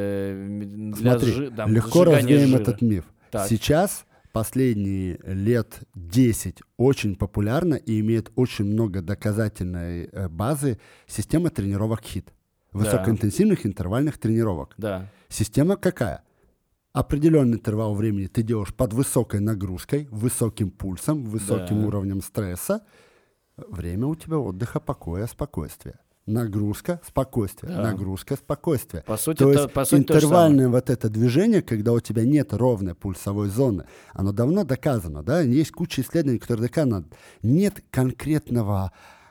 э, для Смотри, сжи... да, легко развеем жира. этот миф. Так. Сейчас последние лет десять очень популярна и имеет очень много доказательной базы система тренировок хит. Высокоинтенсивных да. интервальных тренировок. Да. Система какая? Определенный интервал времени ты делаешь под высокой нагрузкой, высоким пульсом, высоким да. уровнем стресса. Время у тебя отдыха, покоя, спокойствия. Нагрузка, спокойствие, да. нагрузка, спокойствие. По сути, то то, есть по сути, интервальное вот это движение, когда у тебя нет ровной пульсовой зоны, оно давно доказано, да, есть куча исследований, которые доказаны. Нет конкретного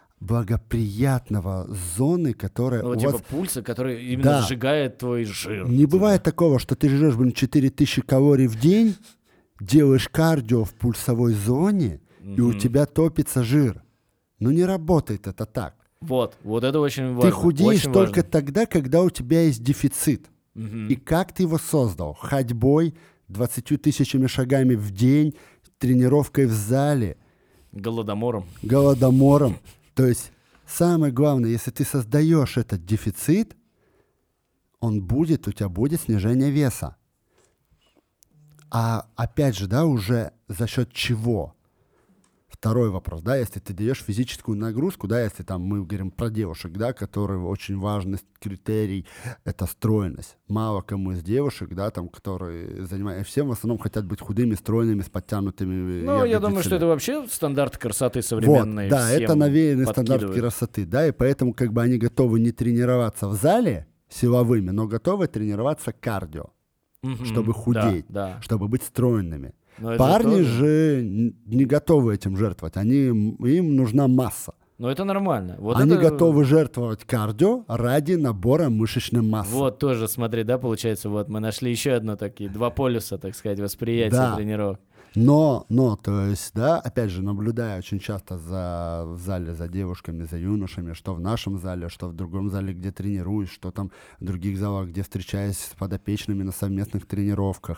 благоприятного зоны, которая ну, у типа вас... пульса, который именно да. сжигает твой жир. Не типа. Бывает такого, что ты жрешь, блин, четыре тысячи калорий в день, делаешь кардио в пульсовой зоне, mm-hmm. и у тебя топится жир. Ну не работает это так. Вот, вот это очень важно. Ты худеешь очень только важно. тогда, когда у тебя есть дефицит. Мгм. И как ты его создал? Ходьбой, двадцатью тысячами шагами в день, тренировкой в зале, Голодомором. голодомором. То есть самое главное, если ты создаешь этот дефицит, он будет, у тебя будет снижение веса. А опять же, да, уже за счет чего? Второй вопрос, да, если ты даешь физическую нагрузку, да, если там мы говорим про девушек, да, которые очень важный критерий — это стройность. Мало кому из девушек, да, там, которые занимаются, все в основном хотят быть худыми, стройными, с подтянутыми Ну, я ягодицами. думаю, что это вообще стандарт красоты современной. Вот, да, всем это навеянный стандарт подкидывают. красоты, да, и поэтому как бы они готовы не тренироваться в зале силовыми, но готовы тренироваться кардио, Мгм. чтобы худеть, Да, да. чтобы быть стройными. Но это Парни тоже- же н- не готовы этим жертвовать, они, им нужна масса. Но это нормально. Вот Они это- готовы жертвовать кардио ради набора мышечной массы. Вот тоже, смотри, да, получается, вот мы нашли еще одно такие, два полюса, так сказать, восприятия Да. тренировок. Но, но, то есть, да, опять же, наблюдая очень часто за, в зале за девушками, за юношами, что в нашем зале, что в другом зале, где тренируюсь, что там в других залах, где встречаюсь с подопечными на совместных тренировках.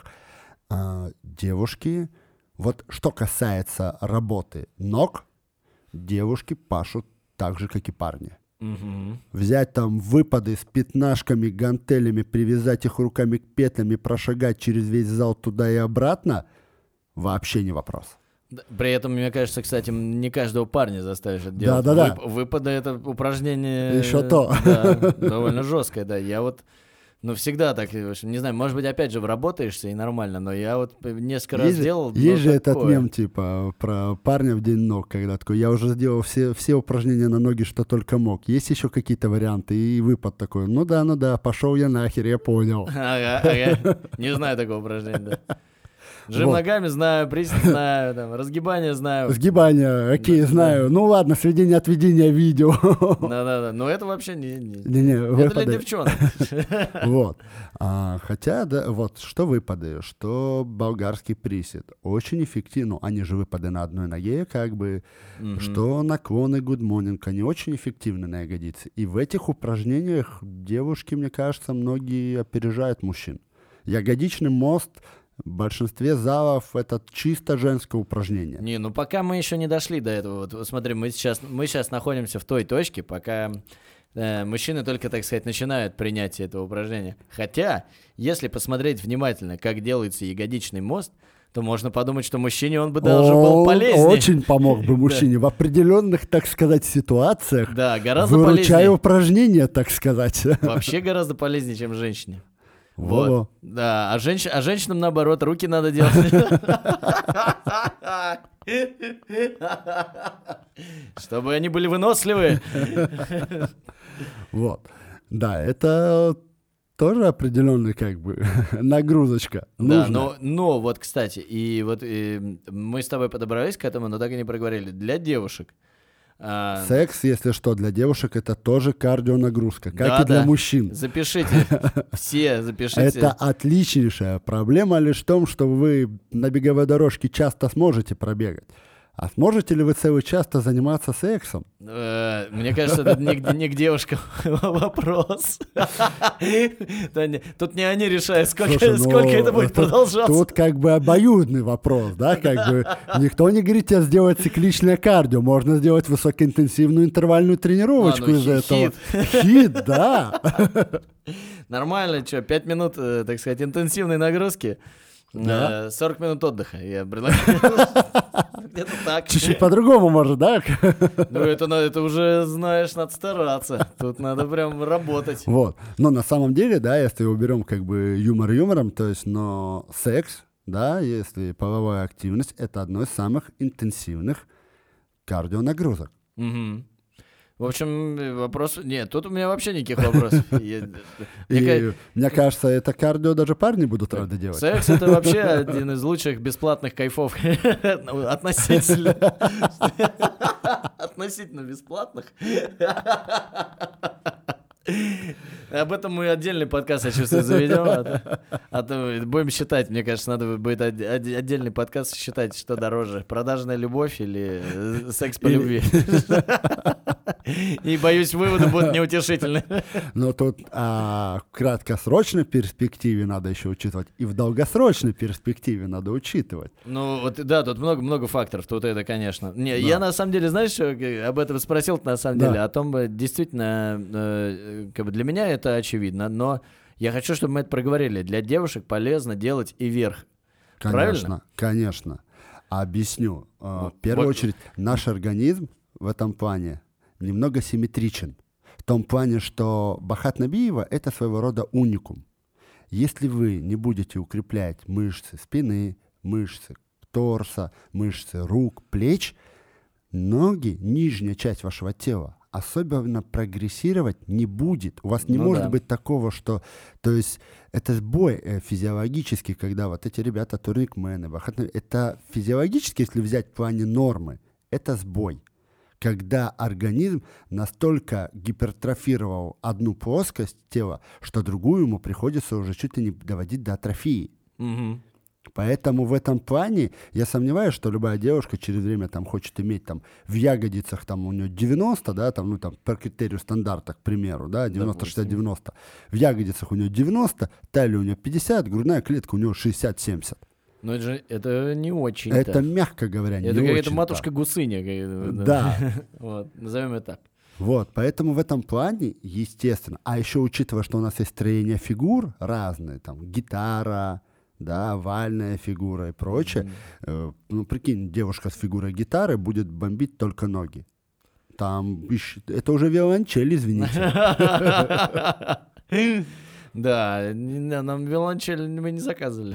А, девушки, вот что касается работы ног, девушки пашут так же, как и парни. Мгм. Взять там выпады с пятнашками, гантелями, привязать их руками к петлям и прошагать через весь зал туда и обратно — вообще не вопрос. Да, при этом, мне кажется, кстати, не каждого парня заставишь это делать. Да-да-да. Вып- выпады — это упражнение... Еще то. Да, довольно жесткое, да. Я вот, ну, всегда так, в общем, не знаю, может быть, опять же, вработаешься и нормально, но я вот несколько раз Есть, же- делал. ну, есть же этот такое. мем типа про парня в день ног, когда такой: я уже сделал все, все упражнения на ноги, что только мог. Есть еще какие-то варианты? И выпад такой: ну да, ну да, пошел я нахер, я понял. Ага, ага. Не знаю такого упражнения, да. Жим Вот. ногами знаю, присед знаю, там, разгибание знаю. Сгибание, окей, Да, знаю. Ну ладно, сведение отведения видео. Да-да-да, но это вообще не... не- Не-не, Это для выпады. девчонок. Вот. А, хотя, да, вот, что выпады, что болгарский присед. Очень эффективно. Ну, они же выпады на одной ноге, как бы. Мгм. Что наклоны good morning, они очень эффективны на ягодице. И в этих упражнениях девушки, мне кажется, многие опережают мужчин. Ягодичный мост в большинстве залов — это чисто женское упражнение. Не, ну пока мы еще не дошли до этого. Вот, вот смотри, мы сейчас, мы сейчас находимся в той точке, пока э, мужчины только, так сказать, начинают принятие этого упражнения. Хотя, если посмотреть внимательно, как делается ягодичный мост, то можно подумать, что мужчине он бы даже был Он полезнее. очень помог бы мужчине в определенных, так сказать, ситуациях. Да, гораздо Выручая полезнее. упражнения, так сказать. Вообще гораздо полезнее, чем женщине. Во-во. Вот. Да, а, женщ... а женщинам наоборот, руки надо делать. Чтобы они были выносливые. Вот. Да, это тоже определенная как бы нагрузочка. Да, нужная. но, но вот, кстати, и вот э, мы с тобой подобрались к этому, но так и не проговорили. Для девушек. а, Секс, если что, для девушек это тоже кардионагрузка, как Да, и для да. мужчин. Запишите. Все запишите. Это отличнейшая проблема лишь в том, что вы на беговой дорожке часто сможете пробегать. А сможете ли вы целый час-то заниматься сексом? Э, Мне кажется, это не, к- не к девушкам вопрос. Да не, тут не они решают, сколько, Слушай, ну, сколько это будет тут- продолжаться. Тут как бы обоюдный вопрос, да, как бы никто не говорит тебе сделать цикличное кардио, можно сделать высокоинтенсивную интервальную тренировочку А, ну, из хи- этого. Хит, да. Нормально, что, пять минут, э, так сказать, интенсивной нагрузки, Да. э, сорок минут отдыха. Я предлагаю. Где-то так. Чуть-чуть по-другому, может, да? Ну, это, на- это уже, знаешь, надо стараться. Тут надо прям работать. Вот. Но на самом деле, да, если уберем как бы юмор юмором, то есть, но секс, да, если половая активность, это одно из самых интенсивных кардионагрузок. Мгм. В общем, вопрос... Нет, тут у меня вообще никаких вопросов. Я- мне И ка- мне кажется, это кардио даже парни будут рады делать. Секс — это вообще один из лучших бесплатных кайфов. Ну, относительно. Относительно бесплатных. Об этом мы отдельный подкаст, я чувствую, заведем. А то, а то будем считать, мне кажется, надо будет отдельный подкаст считать, что дороже. Продажная любовь или секс по любви. И, боюсь, выводы будут неутешительны. Но тут а, в краткосрочной перспективе надо еще учитывать, и в долгосрочной перспективе надо учитывать. Ну, вот да, тут много-много факторов, тут это, конечно. Не, да. Я на самом деле, знаешь, что, об этом спросил на самом деле, да. О том, действительно, э, как бы для меня это очевидно, но я хочу, чтобы мы это проговорили. Для девушек полезно делать и вверх. Конечно, правильно? Конечно. Объясню. Вот. В первую вот. очередь, наш организм в этом плане немного симметричен. В том плане, что Бахат Набиева — это своего рода уникум. Если вы не будете укреплять мышцы спины, мышцы торса, мышцы рук, плеч, ноги, нижняя часть вашего тела, особенно прогрессировать не будет. У вас не ну может да. быть такого, что... То есть это сбой э, физиологический, когда вот эти ребята, турникмены, Бахат Набиева, это физиологически, если взять в плане нормы, это сбой. Когда организм настолько гипертрофировал одну плоскость тела, что другую ему приходится уже чуть ли не доводить до атрофии. Угу. Поэтому в этом плане я сомневаюсь, что любая девушка через время там хочет иметь там в ягодицах там у нее девяносто, да, там, ну там по критерию стандарта, к примеру, да, девяносто шестьдесят девяносто. В ягодицах у нее девяносто, талия у нее пятьдесят, грудная клетка у нее шестьдесят семьдесят. Но это же это не очень. Это, так. мягко говоря, не это очень. Это какая-то матушка-гусыня. Да. Вот, назовем это так. Вот, поэтому в этом плане, естественно, а еще учитывая, что у нас есть строение фигур разные, там, гитара, да, овальная фигура и прочее, mm-hmm. э, ну, прикинь, девушка с фигурой гитары будет бомбить только ноги. Там, это уже виолончель, извините. Да, нам виолончель мы не заказывали.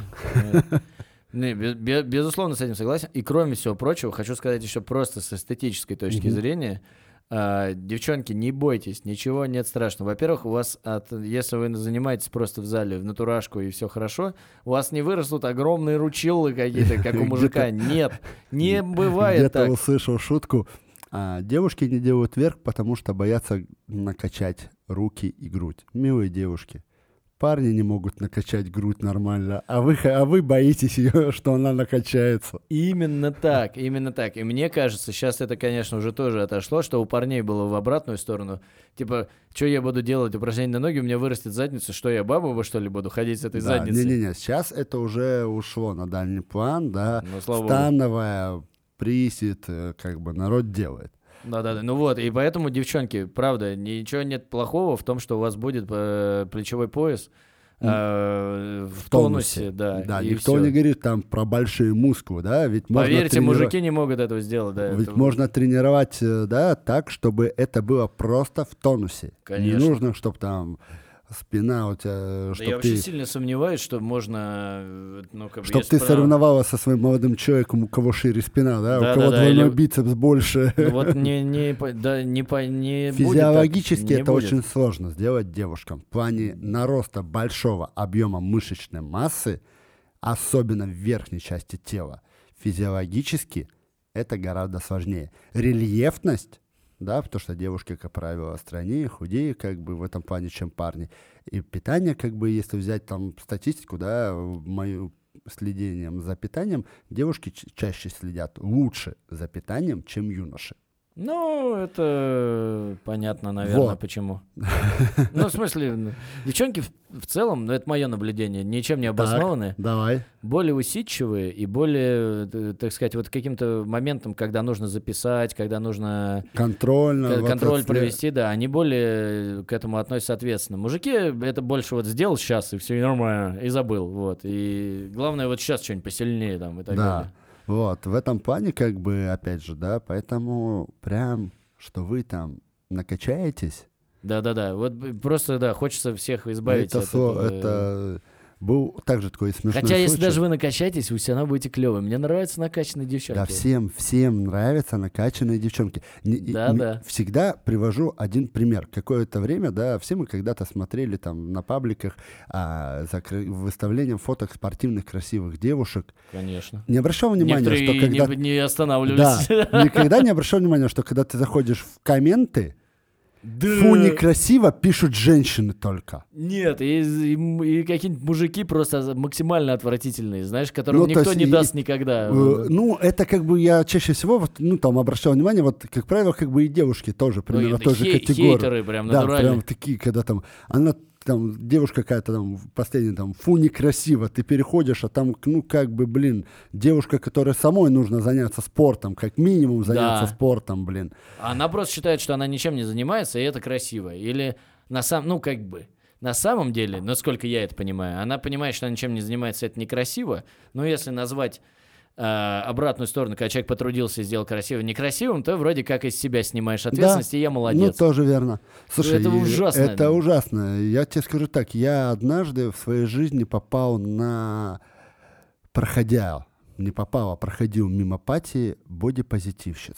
Не, безусловно, с этим согласен. И кроме всего прочего, хочу сказать еще просто с эстетической точки mm-hmm. зрения, э, девчонки, не бойтесь, ничего нет страшного. Во-первых, у вас, от, если вы занимаетесь просто в зале в натурашку и все хорошо, у вас не вырастут огромные ручиллы какие-то, как у мужика. Нет, не бывает так. Где-то услышал шутку. А, девушки не делают вверх, потому что боятся накачать руки и грудь. Милые девушки. Парни не могут накачать грудь нормально, а вы, а вы боитесь ее, что она накачается. Именно так, именно так. И мне кажется, сейчас это, конечно, уже тоже отошло, что у парней было в обратную сторону. Типа, что я буду делать упражнения на ноги, у меня вырастет задница, что я баба, что ли, буду ходить с этой да, задницей? Не-не-не, сейчас это уже ушло на дальний план, да. Ну, становая, присед, как бы народ делает. Да-да-да, ну вот, и поэтому, девчонки, правда, ничего нет плохого в том, что у вас будет э, плечевой пояс э, в, в тонусе, тонусе, да. Да, никто все. Не говорит там про большие мускулы, да, ведь поверьте, можно мужики не могут этого сделать, да. Ведь это... можно тренировать, да, так, чтобы это было просто в тонусе. Конечно. Не нужно, чтобы там спина у тебя... Да я вообще ты... сильно сомневаюсь, что можно... Ну, как бы, чтобы ты прав... соревновалась со своим молодым человеком, у кого шире спина, да? да у кого да, двойной или... бицепс больше. Ну, вот не, не, да, не, не Физиологически будет это будет. очень сложно сделать девушкам. В плане нароста большого объема мышечной массы, особенно в верхней части тела, физиологически это гораздо сложнее. Рельефность, да, потому что девушки, как правило, стройнее, худее, как бы в этом плане, чем парни. И питание, как бы, если взять там статистику, да, мою следением за питанием, девушки ч- чаще следят лучше за питанием, чем юноши. Ну, это понятно, наверное, вот. Почему. Ну, в смысле, девчонки в, в целом, ну, это мое наблюдение, ничем не обоснованные. Так, давай. Более усидчивые и более, так сказать, вот каким-то моментом, когда нужно записать, когда нужно... Контрольно. К- контроль вот провести, да, они более к этому относятся ответственно. Мужики это больше вот сделал сейчас, и все нормально, и забыл, вот. И главное вот сейчас что-нибудь посильнее там и так да. далее. Вот, в этом плане, как бы, опять же, да, поэтому прям, что вы там накачаетесь. Да-да-да, вот просто, да, хочется всех избавить это от со, этого. Это был также такой смешной Хотя, случай. если даже вы накачаетесь, вы все равно будете клевые. Мне нравятся накачанные девчонки. Да, всем, всем нравятся накачанные девчонки. Да, да. Всегда привожу один пример. Какое-то время, да, все мы когда-то смотрели там на пабликах а, за выставлением фоток спортивных красивых девушек. Конечно. Не обращал внимания, некоторые что когда... не, не останавливались. Да, никогда не обращал внимания, что когда ты заходишь в комменты, Да. Фу, некрасиво пишут женщины только. Нет, и, и, и какие-нибудь мужики просто максимально отвратительные, знаешь, которым Ну, то никто есть не и- даст никогда. Э, Ну, это как бы я чаще всего, вот, ну, там, обращал внимание, вот, как правило, как бы и девушки тоже примерно Ой, той же хей- категории. хейтеры прям Да, натуральные. прям такие, когда там, она там, девушка какая-то там, последняя там, фу, некрасиво, ты переходишь, а там, ну, как бы, блин, девушка, которой самой нужно заняться спортом, как минимум заняться Да. спортом, блин. Она просто считает, что она ничем не занимается, и это красиво. Или на самом, ну, как бы, на самом деле, насколько я это понимаю, она понимает, что она ничем не занимается, это некрасиво, но если назвать э, обратную сторону, когда человек потрудился и сделал красиво некрасивым, то вроде как из себя снимаешь ответственность, и я Ну, молодец. тоже верно. Слушай, Это и ужасно. Это ужасно. Я тебе скажу так, я однажды в своей жизни попал на, проходя, не попал, а проходил мимо пати бодипозитивщиц.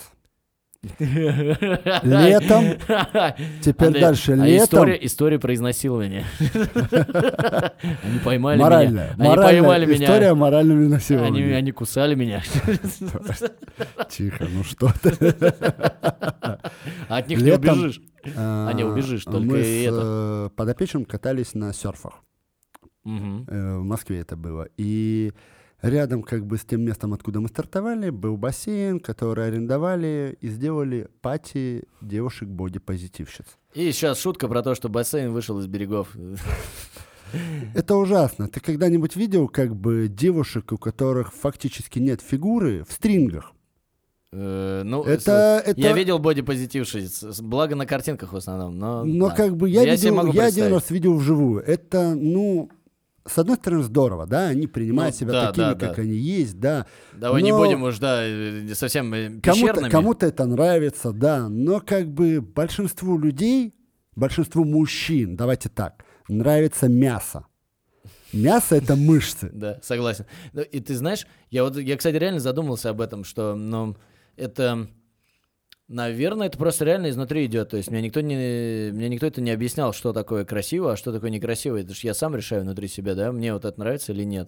Летом, теперь Андрей, дальше, а летом. история, история про изнасилование. Они поймали Моральная, меня. Они моральная поймали меня. история морального Они, насилия. они кусали меня. Тихо, ну что ты. А от них не Летом, убежишь. А не убежишь, только Мы и с это. э, подопечным катались на серфах. Мгм. Э, В Москве это было. И рядом как бы с тем местом, откуда мы стартовали, был бассейн, который арендовали и сделали пати девушек бодипозитивщиц. И сейчас шутка про то, что бассейн вышел из берегов. Это ужасно. Ты когда-нибудь видел как бы девушек, у которых фактически нет фигуры, в стрингах? Э, Ну, Это- с- это- я видел бодипозитившиц, с- благо на картинках в основном, но... Но да. как бы я, Я себе видел, могу я один представить. раз видел вживую. Это, ну, с одной стороны, здорово, да, они принимают Ну, себя да, такими, да, как да. они есть, да. Давай не Но будем уж, да, э, совсем э, Кому-то, пещерными. кому-то это нравится, да, но как бы большинству людей, большинству мужчин, давайте так, нравится мясо. Мясо — это мышцы. Да, согласен. Ну, и ты знаешь, я вот, я, кстати, реально задумался об этом, что, ну, это, наверное, это просто реально изнутри идет. То есть мне никто не, мне никто это не объяснял, что такое красиво, а что такое некрасиво. Это же я сам решаю внутри себя, да, мне вот это нравится или нет.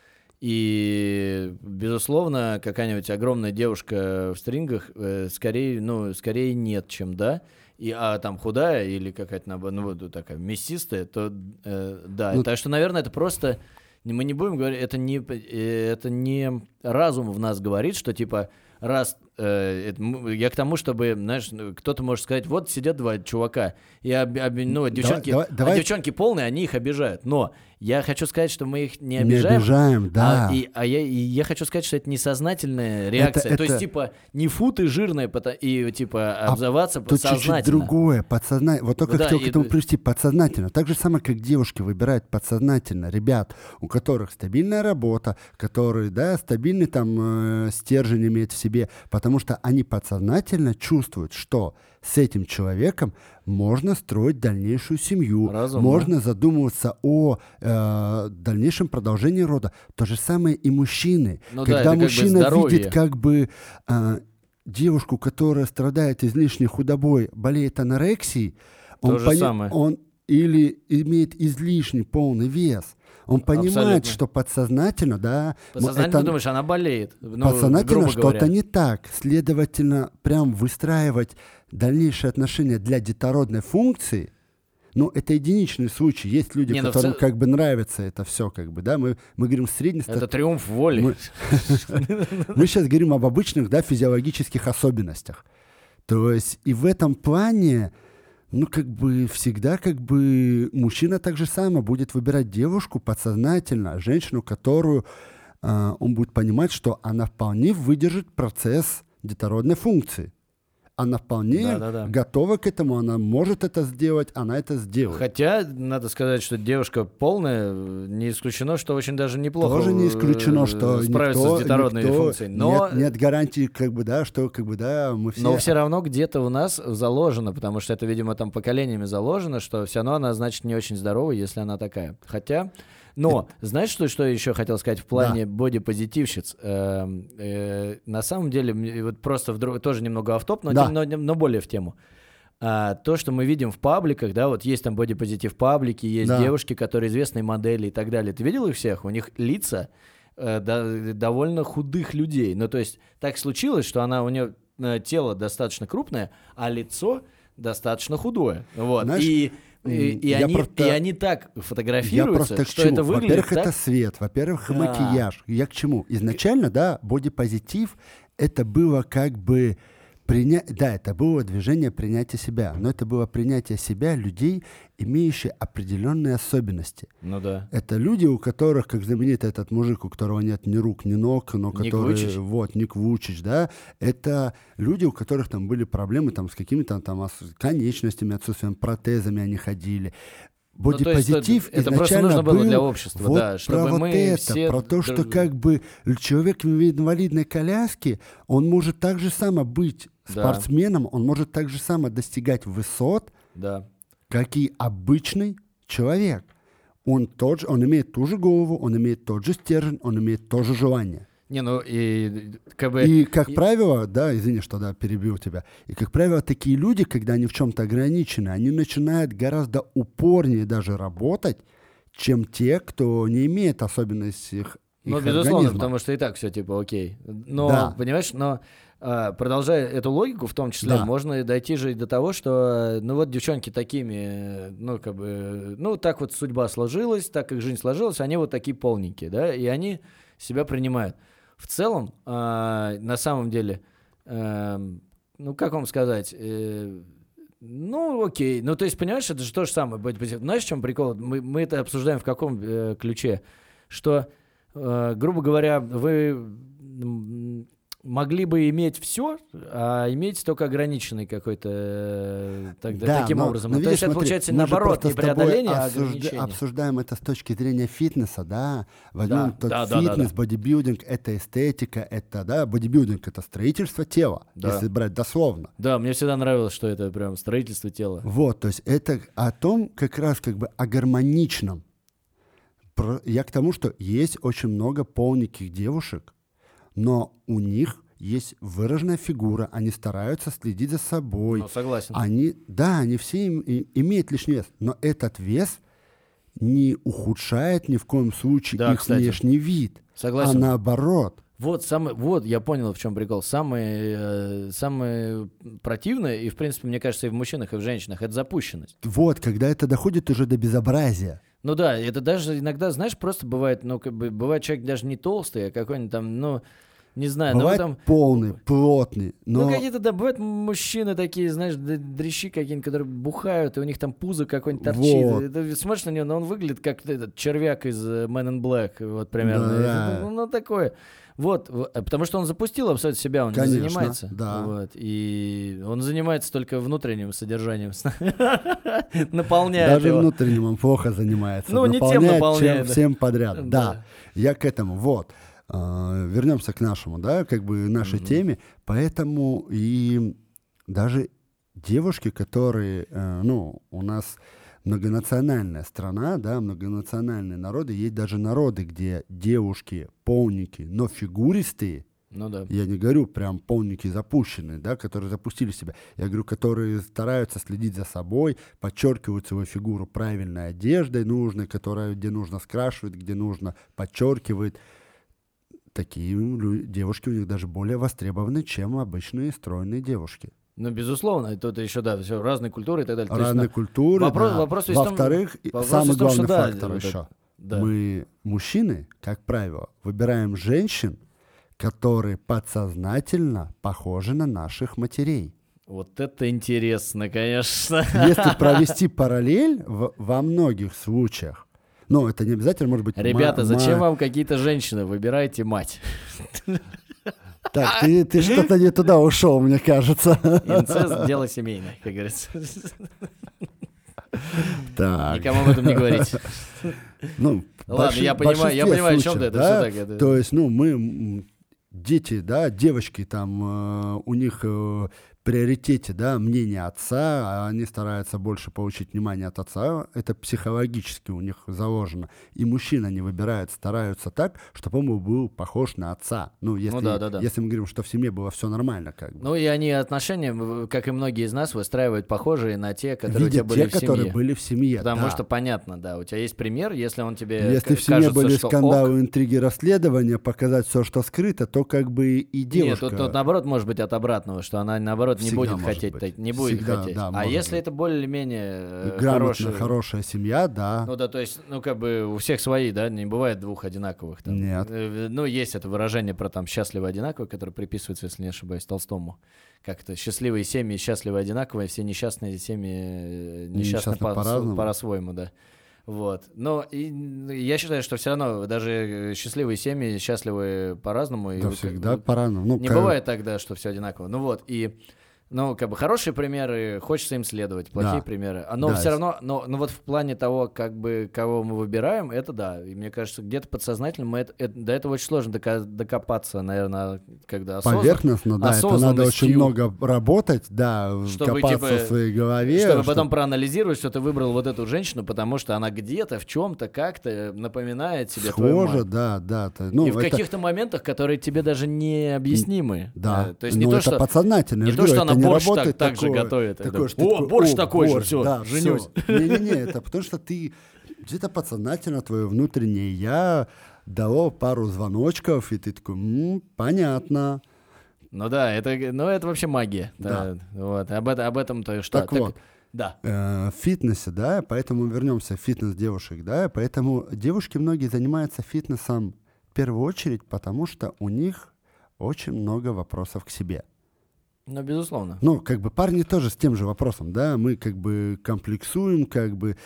И, безусловно, какая-нибудь огромная девушка в стрингах э, скорее, ну, скорее нет, чем да. И, а там худая или какая-то, наоборот, ну, вот такая мясистая, то э, да. Ну, так что, наверное, это просто... не- Мы не будем говорить, это не, э, это не разум в нас говорит, что типа раз... э, это м- я к тому, чтобы, знаешь, ну, кто-то может сказать, вот сидят два чувака, и об- об- ну, девчонки, давай- а давай- девчонки полные, они их обижают. Но я хочу сказать, что мы их не Не обижаем. обижаем, да. А, и, а я, и я хочу сказать, что это несознательная реакция. Это- То есть, это- типа, не фу ты жирная, пото- и, типа, обзываться Тут чуть-чуть сознательно. другое, подсознательно. Вот только Да, хотел и- к этому привести подсознательно. Так же самое, как девушки выбирают подсознательно ребят, у которых стабильная работа, которые, да, стабильный там э, стержень имеют в себе, потому что они подсознательно чувствуют, что с этим человеком можно строить дальнейшую семью, Разумно. можно задумываться о э, дальнейшем продолжении рода. То же самое и мужчины. Ну да, Когда это как бы мужчина здоровье. видит как бы э, девушку, которая страдает излишней худобой, болеет анорексией, он, То же пони- самое. он или имеет излишний полный вес, он понимает, Абсолютно. что подсознательно, да, м- Подсознательно это- ты думаешь, она болеет. Ну, подсознательно грубо что-то говоря. не так. Следовательно, прям выстраивать дальнейшие отношения для детородной функции, ну, это единичный случай. Есть люди, Не, ну в которым цел- как бы нравится это все, как бы, да, мы, мы говорим средний Это триумф воли. Мы- Мы сейчас говорим об обычных, да, физиологических особенностях. То есть и в этом плане, ну, как бы всегда, как бы мужчина так же само будет выбирать девушку подсознательно, женщину, которую а, он будет понимать, что она вполне выдержит процесс детородной функции. Она вполне Да-да-да. готова к этому, она может это сделать, она это сделает. Хотя, надо сказать, что девушка полная, не исключено, что очень даже неплохо Тоже не исключено, э, что справится никто, с детородной никто- функцией. Но, нет, нет гарантии, как бы, да, что, как бы, да, мы все... но все равно где-то у нас заложено, потому что это, видимо, там поколениями заложено, что все равно она, значит, не очень здоровая, если она такая. Хотя... Но, знаешь, что, что еще хотел сказать в плане бодипозитивщиц? Эм, э, на самом деле, мне вот просто вдруг, тоже немного автоп, но, Да. тем- но, но более в тему. А, то, что мы видим в пабликах, да, вот есть там бодипозитив паблики, есть Да. девушки, которые известные модели и так далее. Ты видел их всех? У них лица э, да- довольно худых людей. Ну, то есть так случилось, что она, у нее э, тело достаточно крупное, а лицо достаточно худое. Вот. Знаешь, и, и, и, они, просто, и они так фотографируются, я что это выглядит Во-первых, так... это свет, во-первых, да. макияж. Я к чему? Изначально, да, бодипозитив — это было как бы... Приня... Да, это было движение принятия себя, но это было принятие себя людей, имеющие определенные особенности. Ну да. Это люди, у которых, как знаменитый этот мужик, у которого нет ни рук, ни ног, но Ник который... Вучич. Вот, Ник Вучич, да. Это люди, у которых там были проблемы там, с какими-то там ос... конечностями, отсутствием, протезами они ходили. Бодипозитив ну, то есть, это, это изначально просто нужно было был для общества, вот да, чтобы про вот мы это, все... про то, что как бы человек в инвалидной коляске, он может так же само быть Да. спортсменом, он может так же само достигать высот, Да. как и обычный человек. Он, тот же, он имеет ту же голову, он имеет тот же стержень, он имеет то же желание. Не, ну и как бы... И, как и... правило, да, извини, что да, перебил тебя, и, как правило, такие люди, когда они в чем-то ограничены, они начинают гораздо упорнее даже работать, чем те, кто не имеет особенностей их, Ну, их безусловно, организма. потому что и так все типа окей. Но, Да. понимаешь, но а, продолжая эту логику, в том числе, Да. можно и дойти же и до того, что, ну вот девчонки такими, ну как бы, ну так вот судьба сложилась, так как жизнь сложилась, они вот такие полненькие, да, и они себя принимают. В целом, а, на самом деле, а, ну как вам сказать, э, ну окей, ну то есть, понимаешь, это же то же самое. Знаешь, в чем прикол? Мы, мы это обсуждаем в каком э, ключе? Что, э, грубо говоря, вы могли бы иметь все, а иметь только ограниченный какой-то э, тогда, Да, таким но, образом. но то видишь, есть это смотри, получается мы же наоборот, просто не с тобой преодоление, а обсужда- ограничение. обсуждаем это с точки зрения фитнеса, да, возьмем Да, тот да, да, фитнес, да, да. бодибилдинг, это эстетика, это, да, бодибилдинг — это строительство тела, Да. если брать дословно. Да, мне всегда нравилось, что это прям строительство тела. Вот, то есть это о том, как раз как бы о гармоничном. Про- Я к тому, что есть очень много полненьких девушек, но у них есть выраженная фигура, они стараются следить за собой. Ну, согласен. Они, да, они все им, и- имеют лишний вес, но этот вес не ухудшает ни в коем случае Да, их кстати. внешний вид, Согласен. а наоборот. Вот, самый, вот, я понял, в чем прикол. Самое, э, самое противное, и, в принципе, мне кажется, и в мужчинах, и в женщинах, это запущенность. Вот, когда это доходит уже до безобразия. Ну да, это даже иногда, знаешь, просто бывает, ну, как бы, бывает человек даже не толстый, а какой-нибудь там, ну, не знаю, Бывает ну, там... полный, плотный, но... Ну, какие-то, да, бывают мужчины такие, знаешь, д- дрищи какие-нибудь, которые бухают, и у них там пузо какое-нибудь торчит. Вот. Это, смотришь на него, но он выглядит как этот червяк из э, Man in Black, вот примерно. Да. Это, ну, такое. Вот, в- потому что он запустил абсолютно себя, он Конечно, не занимается. да. Вот, и он занимается только внутренним содержанием, наполняет Даже его. внутренним он плохо занимается. Ну, не тем Наполняет наполняет, чем- да. всем подряд. Да. Да. я к этому. Вот. А, вернемся к нашему, да, как бы нашей Мгм. теме. Поэтому и даже девушки, которые, э, ну, у нас многонациональная страна, да, многонациональные народы, есть даже народы, где девушки полненькие, но фигуристые. Ну да. Я не говорю прям полненькие запущенные, да, которые запустили себя. Я говорю, которые стараются следить за собой, подчеркивают свою фигуру правильной одеждой нужной, которая где нужно скрашивает, где нужно подчеркивает. Такие лю- девушки у них даже более востребованы, чем обычные стройные девушки. Ну, безусловно, тут еще, да, все разные культуры и так далее. То есть, Разные ну, культуры. вопрос- да. вопрос весь в том- Во-вторых, и вопрос самый в том, что главный да, фактор вот это- еще. да. Мы, мужчины, как правило, выбираем женщин, которые подсознательно похожи на наших матерей. Вот это интересно, конечно. Если провести параллель в- во многих случаях, ну, это не обязательно может быть... Ребята, ма- зачем ма- вам какие-то женщины? Выбирайте мать. Так, ты, ты что-то не туда ушел, мне кажется. Инцест — дело семейное, как говорится. Так, Никому об этом не говорить. ну, в Ладно, большин- я понимаю, я большинстве понимаю, о чем случаев, ты, это да, всё так, это- То есть, ну, мы, м, дети, да, девочки, там, э, у них э, в приоритете, да, мнение отца, а они стараются больше получить внимание от отца, это психологически у них заложено. И мужчин они выбирают, стараются так, чтобы он был похож на отца. Ну, если, да, да, да. если мы говорим, что в семье было все нормально, как бы. Ну и они отношения, в- как и многие из нас, выстраивают похожие на те, которые у тебя Видят были те, в которые семье. были в семье. Потому да. что понятно, да, у тебя есть пример, если он тебе Если к- в семье кажется, были что скандалы, ок. интриги, расследования, показать все, что скрыто, то как бы и Нет, девушка... тут, тут наоборот может быть от обратного, что она наоборот наоборот, не Всегда будет может хотеть, быть. так, не будет Всегда, хотеть. да, А может если быть. это более-менее э, Грамотная, хорошая... хорошая семья, да. Ну да, то есть, ну как бы у всех свои, да, не бывает двух одинаковых. Там. Нет. Э, Ну, есть это выражение про там счастливо одинаково, которое приписывается, если не ошибаюсь, Толстому. Как это, счастливые семьи счастливо одинаковые, все несчастные семьи э, несчастны Несчастны по- по-разному. по-своему, да. Вот. Но и, я считаю, что все равно даже счастливые семьи счастливы по-разному. Да, и, всегда как бы, по-разному. Ну, не как- бывает тогда, что все одинаково. Ну вот, и ну, как бы хорошие примеры, хочется им следовать, плохие Да. примеры. Но Да, все с- равно, но, но вот в плане того, как бы, кого мы выбираем, это да. И мне кажется, где-то подсознательно мы это, это- до этого очень сложно дока- докопаться, наверное, когда осознанно. Поверхностно, да, это надо осознанностью. очень много работать, да, Чтобы, копаться типа, в своей голове. Чтобы что- потом проанализировать, что ты выбрал вот эту женщину, потому что она где-то, в чем-то, как-то напоминает тебе твою Схоже, мать. да, да. то- ну, И в это- каких-то моментах, которые тебе даже не объяснимы. Да, Э, То есть не но то, это что... подсознательно. Не я то, говорю, что это она не борщ так, работает так же такое- готовит. такое, Такое, что ты О, такой, борщ «О, такой же, борщ, все, да, женюсь. всё». Не-не-не, это потому что ты где-то подсознательно твое внутреннее я дало пару звоночков, и ты такой, «М, понятно». Ну да, это, ну, это вообще магия. Да. Вот, об, это, об этом то что. Так вот. Да. Э, в фитнесе, да, поэтому вернемся в фитнес девушек, да, поэтому девушки многие занимаются фитнесом в первую очередь, потому что у них очень много вопросов к себе. Ну, безусловно. Ну, как бы парни тоже с тем же вопросом, да, мы как бы комплексуем, как бы,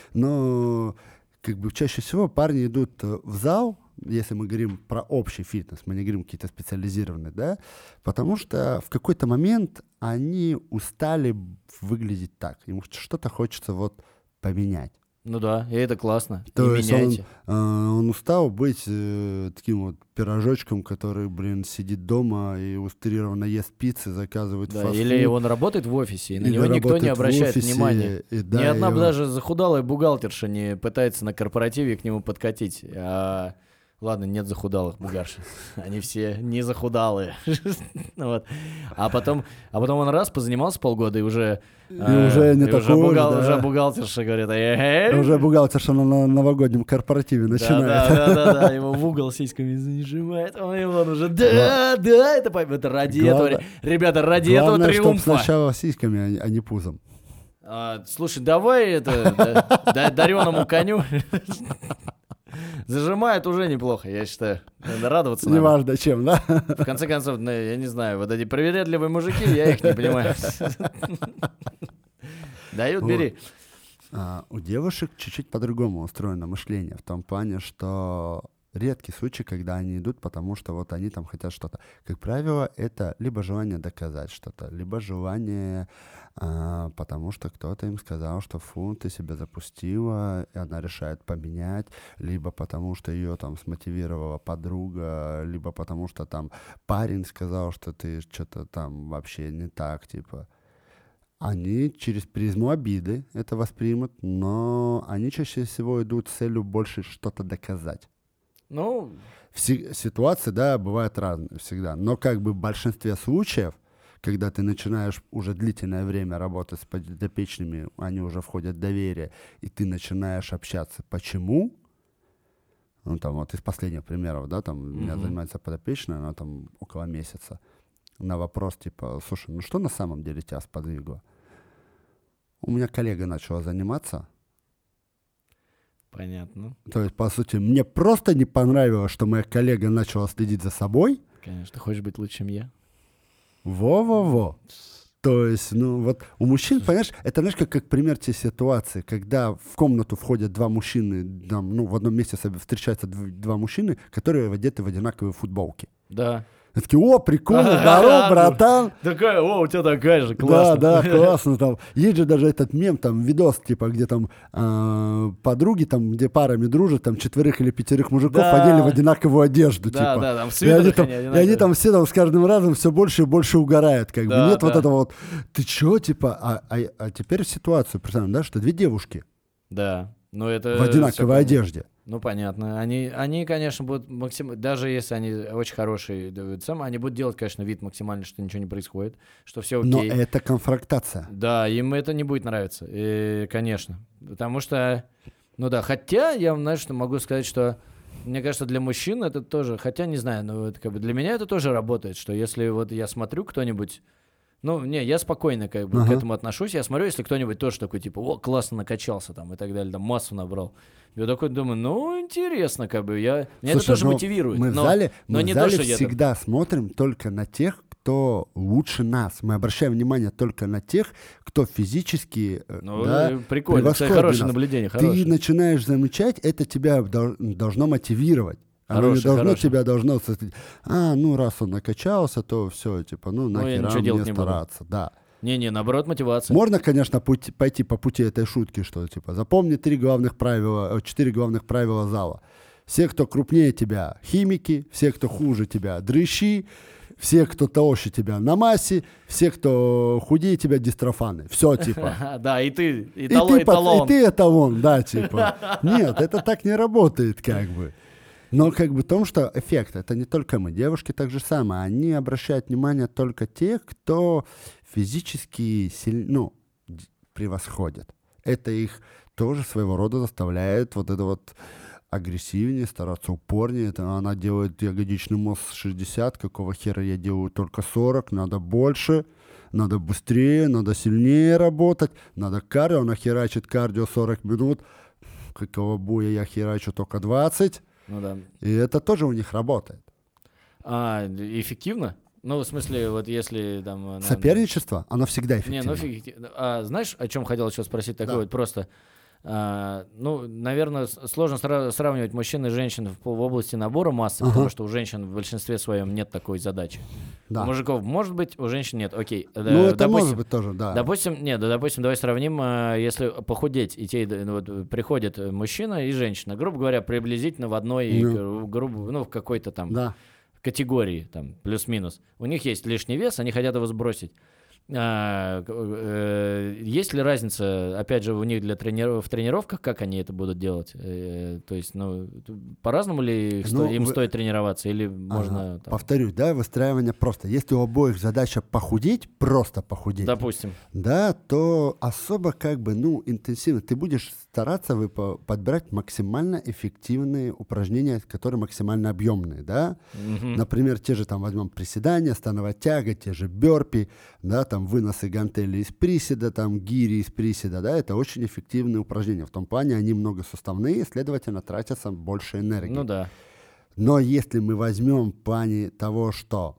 но как бы чаще всего парни идут э, в зал, если мы говорим про общий фитнес, мы не говорим какие-то специализированные, да, потому что в какой-то момент они устали выглядеть так, им что-то хочется вот поменять. Ну да, и это классно. То И есть он, меняйте. э, он устал быть э, таким вот пирожочком, который, блин, сидит дома и устрированно ест пиццы, заказывает Да, фастфуд. или он работает в офисе, и на или него никто не работает в обращает офисе, внимания. и да, Ни одна и он- даже захудалая бухгалтерша не пытается на корпоративе к нему подкатить. А, ладно, нет захудалых бухгалтерш. Они все не захудалые. Вот. А потом, а потом он раз позанимался полгода и уже... И уже не такой уже, уж, бухгал- да. уже бухгалтерша говорит, «Эй-эй». Уже бухгалтерша на на новогоднем корпоративе Да, начинает. да, да, да, да, его в угол сиськами зажимает, ой, он уже, да, да, это, по- это ради Главное- этого, ребята, ради этого Главное, чтоб триумфа. сначала сиськами, а не- а не пузом. А, слушай, давай это, да, да- дареному коню. Зажимает уже неплохо, я считаю. Надо радоваться. надо. Неважно чем, да? В конце концов, ну, я не знаю, вот эти привередливые мужики, я их не понимаю. Дают, Вот. бери. А, у девушек чуть-чуть по-другому устроено мышление, в том плане, что редкий случай, когда они идут, потому что вот они там хотят что-то. Как правило, это либо желание доказать что-то, либо желание, а, потому что кто-то им сказал, что фу, ты себя запустила, и она решает поменять, либо потому что ее там смотивировала подруга, либо потому что там парень сказал, что ты что-то там вообще не так, типа. Они через призму обиды это воспримут, но они чаще всего идут с целью больше что-то доказать. Ну, Все ситуации, да, бывают разные всегда, но как бы в большинстве случаев, когда ты начинаешь уже длительное время работать с подопечными, они уже входят в доверие, и ты начинаешь общаться. Почему? Ну, там вот из последних примеров, да, там у меня Мгм. занимается подопечная, она там около месяца. На вопрос типа, слушай, ну что на самом деле тебя сподвигло? У меня коллега начала заниматься. понятно. То есть, по сути, мне просто не понравилось, что моя коллега начала следить за собой. Конечно, ты хочешь быть лучше, чем я? Во-во-во. То есть, ну вот у мужчин, понимаешь, это, знаешь, как, как пример те ситуации, когда в комнату входят два мужчины, там, ну, в одном месте себе встречаются дв- два мужчины, которые одеты в одинаковые футболки. Да. Они такие, о, прикольно, здорово, братан. Такая, о, у тебя такая же, Да, классно. да, классно. Там. Есть же даже этот мем, там, видос, типа, где там э, подруги, там, где парами дружат, там, четверых или пятерых мужиков Да. одели в одинаковую одежду, Да, типа. да, там в И они свитерах там, они и одинаковые. они там все там с каждым разом все больше и больше угорают, как бы. Да, Нет вот да. этого вот, ты чё, типа, а, а, а теперь ситуацию представим, да, что две девушки Да. Ну, это в одинаковой всё- одежде. Ну, понятно. Они, они конечно, будут максимально... Даже если они очень хорошие, да, сам, они будут делать, конечно, вид максимально, что ничего не происходит, что все Но окей. это конфронтация. Да, им это не будет нравиться, и, конечно. Потому что, ну да, хотя я, знаешь, что могу сказать, что мне кажется, для мужчин это тоже, хотя не знаю, но это как бы для меня это тоже работает, что если вот я смотрю кто-нибудь, Ну, не, я спокойно как бы Ага. к этому отношусь. Я смотрю, если кто-нибудь тоже такой, типа, о, классно накачался там и так далее, там массу набрал. Я такой думаю, ну, интересно, как бы, я... Меня это Слушай, тоже но мотивирует. Мы в но, зале, но мы не в зале то, что я там- всегда смотрим только на тех, кто лучше нас. Мы обращаем внимание только на тех, кто физически э, Ну, да, э, прикольно, кстати, превосходит хорошее нас. наблюдение, Ты хорошее. начинаешь замечать, это тебя дол- должно мотивировать. Оно не Хороший, должно хороший. тебя должно состоять. А, ну раз он накачался, то все, типа, ну Ну, я нахера ничего мне делать не буду. стараться, да. Не-не, наоборот, мотивация. Можно, конечно, пути- пойти по пути этой шутки, что типа запомни три главных правила, э, четыре главных правила зала. Все, кто крупнее тебя, химики, все, кто хуже тебя, дрыщи, все, кто толще тебя, на массе, все, кто худее тебя, дистрофаны. Все, типа. Да, и ты, И этало- ты, под- эталон. и ты эталон, да, типа. Нет, это так не работает, как бы. Но как бы в том, что эффект, это не только мы, девушки так же самое, они обращают внимание только тех, кто физически силь- ну, д- превосходит. Это их тоже своего рода заставляет вот это вот агрессивнее, стараться упорнее. Это она делает ягодичный мозг шестьдесят, какого хера я делаю только сорок, надо больше, надо быстрее, надо сильнее работать, надо кардио, она херачит кардио сорок минут, какого буя я херачу только двадцать. Ну да. И это тоже у них работает. А, эффективно? Ну, в смысле, вот если там... она- Соперничество, оно всегда Не, эффективно. ну фиг. А знаешь, о чем хотел еще спросить? Такое Да. вот просто. а, ну, наверное, с- сложно сра- сравнивать мужчин и женщин в, в области набора массы, Ага. потому что у женщин в большинстве своем нет такой задачи. Да. У мужиков может быть, у женщин нет. Окей. Ну, Э, это допустим, может быть тоже, да. Допустим, нет, да, допустим, давай сравним, а, если похудеть, и те, ну, вот, приходит мужчина и женщина, грубо говоря, приблизительно в одной, Ну. гру- грубо, ну, в какой-то там Да. категории, там, плюс-минус. У них есть лишний вес, они хотят его сбросить. А, к- э, есть ли разница, опять же, у них для трениров... в тренировках, как они это будут делать? Э, то есть, ну, т- по-разному ли их Ну, сто- им вы- стоит тренироваться, или можно... Ага. там, Повторюсь, да, выстраивание просто. Если у обоих задача похудеть, просто похудеть, допустим. да, то особо как бы, ну, интенсивно. Ты будешь стараться выпо- подбирать максимально эффективные упражнения, которые максимально объемные, да. Мгм. Например, те же там возьмем приседания, становая тяга, те же бёрпи, да, там выносы гантелей из приседа, там гири из приседа, да, это очень эффективные упражнения. В том плане они многосуставные, следовательно, тратятся больше энергии. Ну да. Но если мы возьмем в плане того, что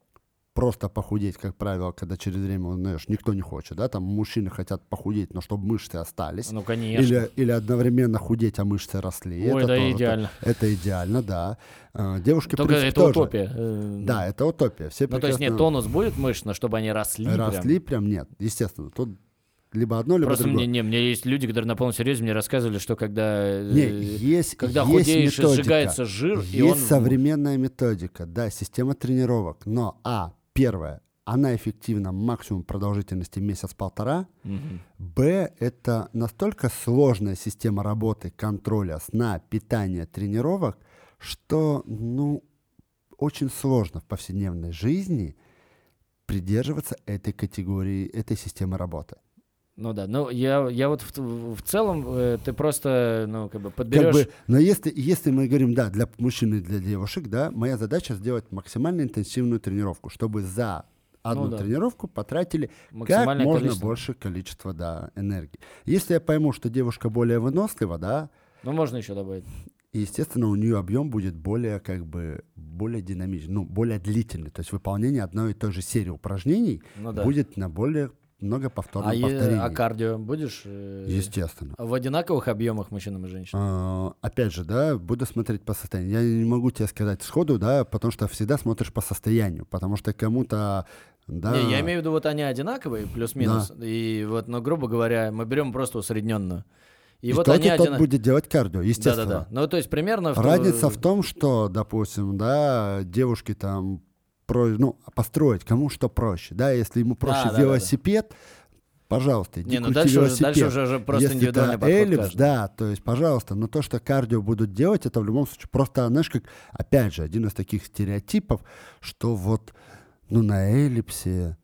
просто похудеть, как правило, когда через время, знаешь, никто не хочет, да, там мужчины хотят похудеть, но чтобы мышцы остались. Ну, конечно. Или, или одновременно худеть, а мышцы росли. Ой, это да, тоже- идеально. Это идеально, да. А, Девушки, в Только принципе, это тоже. утопия. Э, Да, это утопия. Все Ну, то есть, нет, прекрасно тонус будет мышечно, чтобы они росли. прям? росли, прям нет, естественно. Тут либо одно, либо Просто другое. мне, не, мне есть люди, которые на полном серьезе мне рассказывали, что когда, э, Не, есть, когда есть худеешь, методика. сжигается жир, Есть и он... современная методика, да, система тренировок. Но, а, первое, она эффективна максимум продолжительности месяц-полтора. Мгм. Б, это настолько сложная система работы, контроля сна, питания, тренировок, что, ну, очень сложно в повседневной жизни придерживаться этой категории, этой системы работы. Ну да, ну я, я вот в, в целом, э, ты просто, ну, как бы Как подберешь... бы, но если, если мы говорим, да, для мужчин и для девушек, да, моя задача сделать максимально интенсивную тренировку, чтобы за одну Ну да. тренировку потратили как Максимальное можно количество. больше количества, да, энергии. Если я пойму, что девушка более вынослива, да, Ну, можно еще добавить. и, естественно, у нее объем будет более, как бы, более динамичный, ну, более длительный. То есть выполнение одной и той же серии упражнений Ну да. будет на более много повторных А, е- повторений. а кардио будешь? э, Естественно. В одинаковых объемах мужчинам и женщинам? А, опять же, да, буду смотреть по состоянию. Я не могу тебе сказать сходу, да, потому что всегда смотришь по состоянию, потому что кому-то, да. Не, я имею в виду, вот они одинаковые, плюс-минус. И вот, ну, грубо говоря, мы берем просто усредненную. И, И вот тот, они и тот одинаковые. будет делать кардио, естественно. Да-да-да. Ну, то есть примерно... в- Разница в том, что, допустим, да, девушки там, про, ну, построить, кому что проще, да, если ему проще да-да-да. велосипед, пожалуйста, иди Не, ну крути дальше уже, велосипед. дальше уже, уже просто Если индивидуальный это подход эллипс, каждого. да, то есть, пожалуйста, но то, что кардио будут делать, это в любом случае просто, знаешь, как, опять же, один из таких стереотипов, что вот, ну, на эллипсе,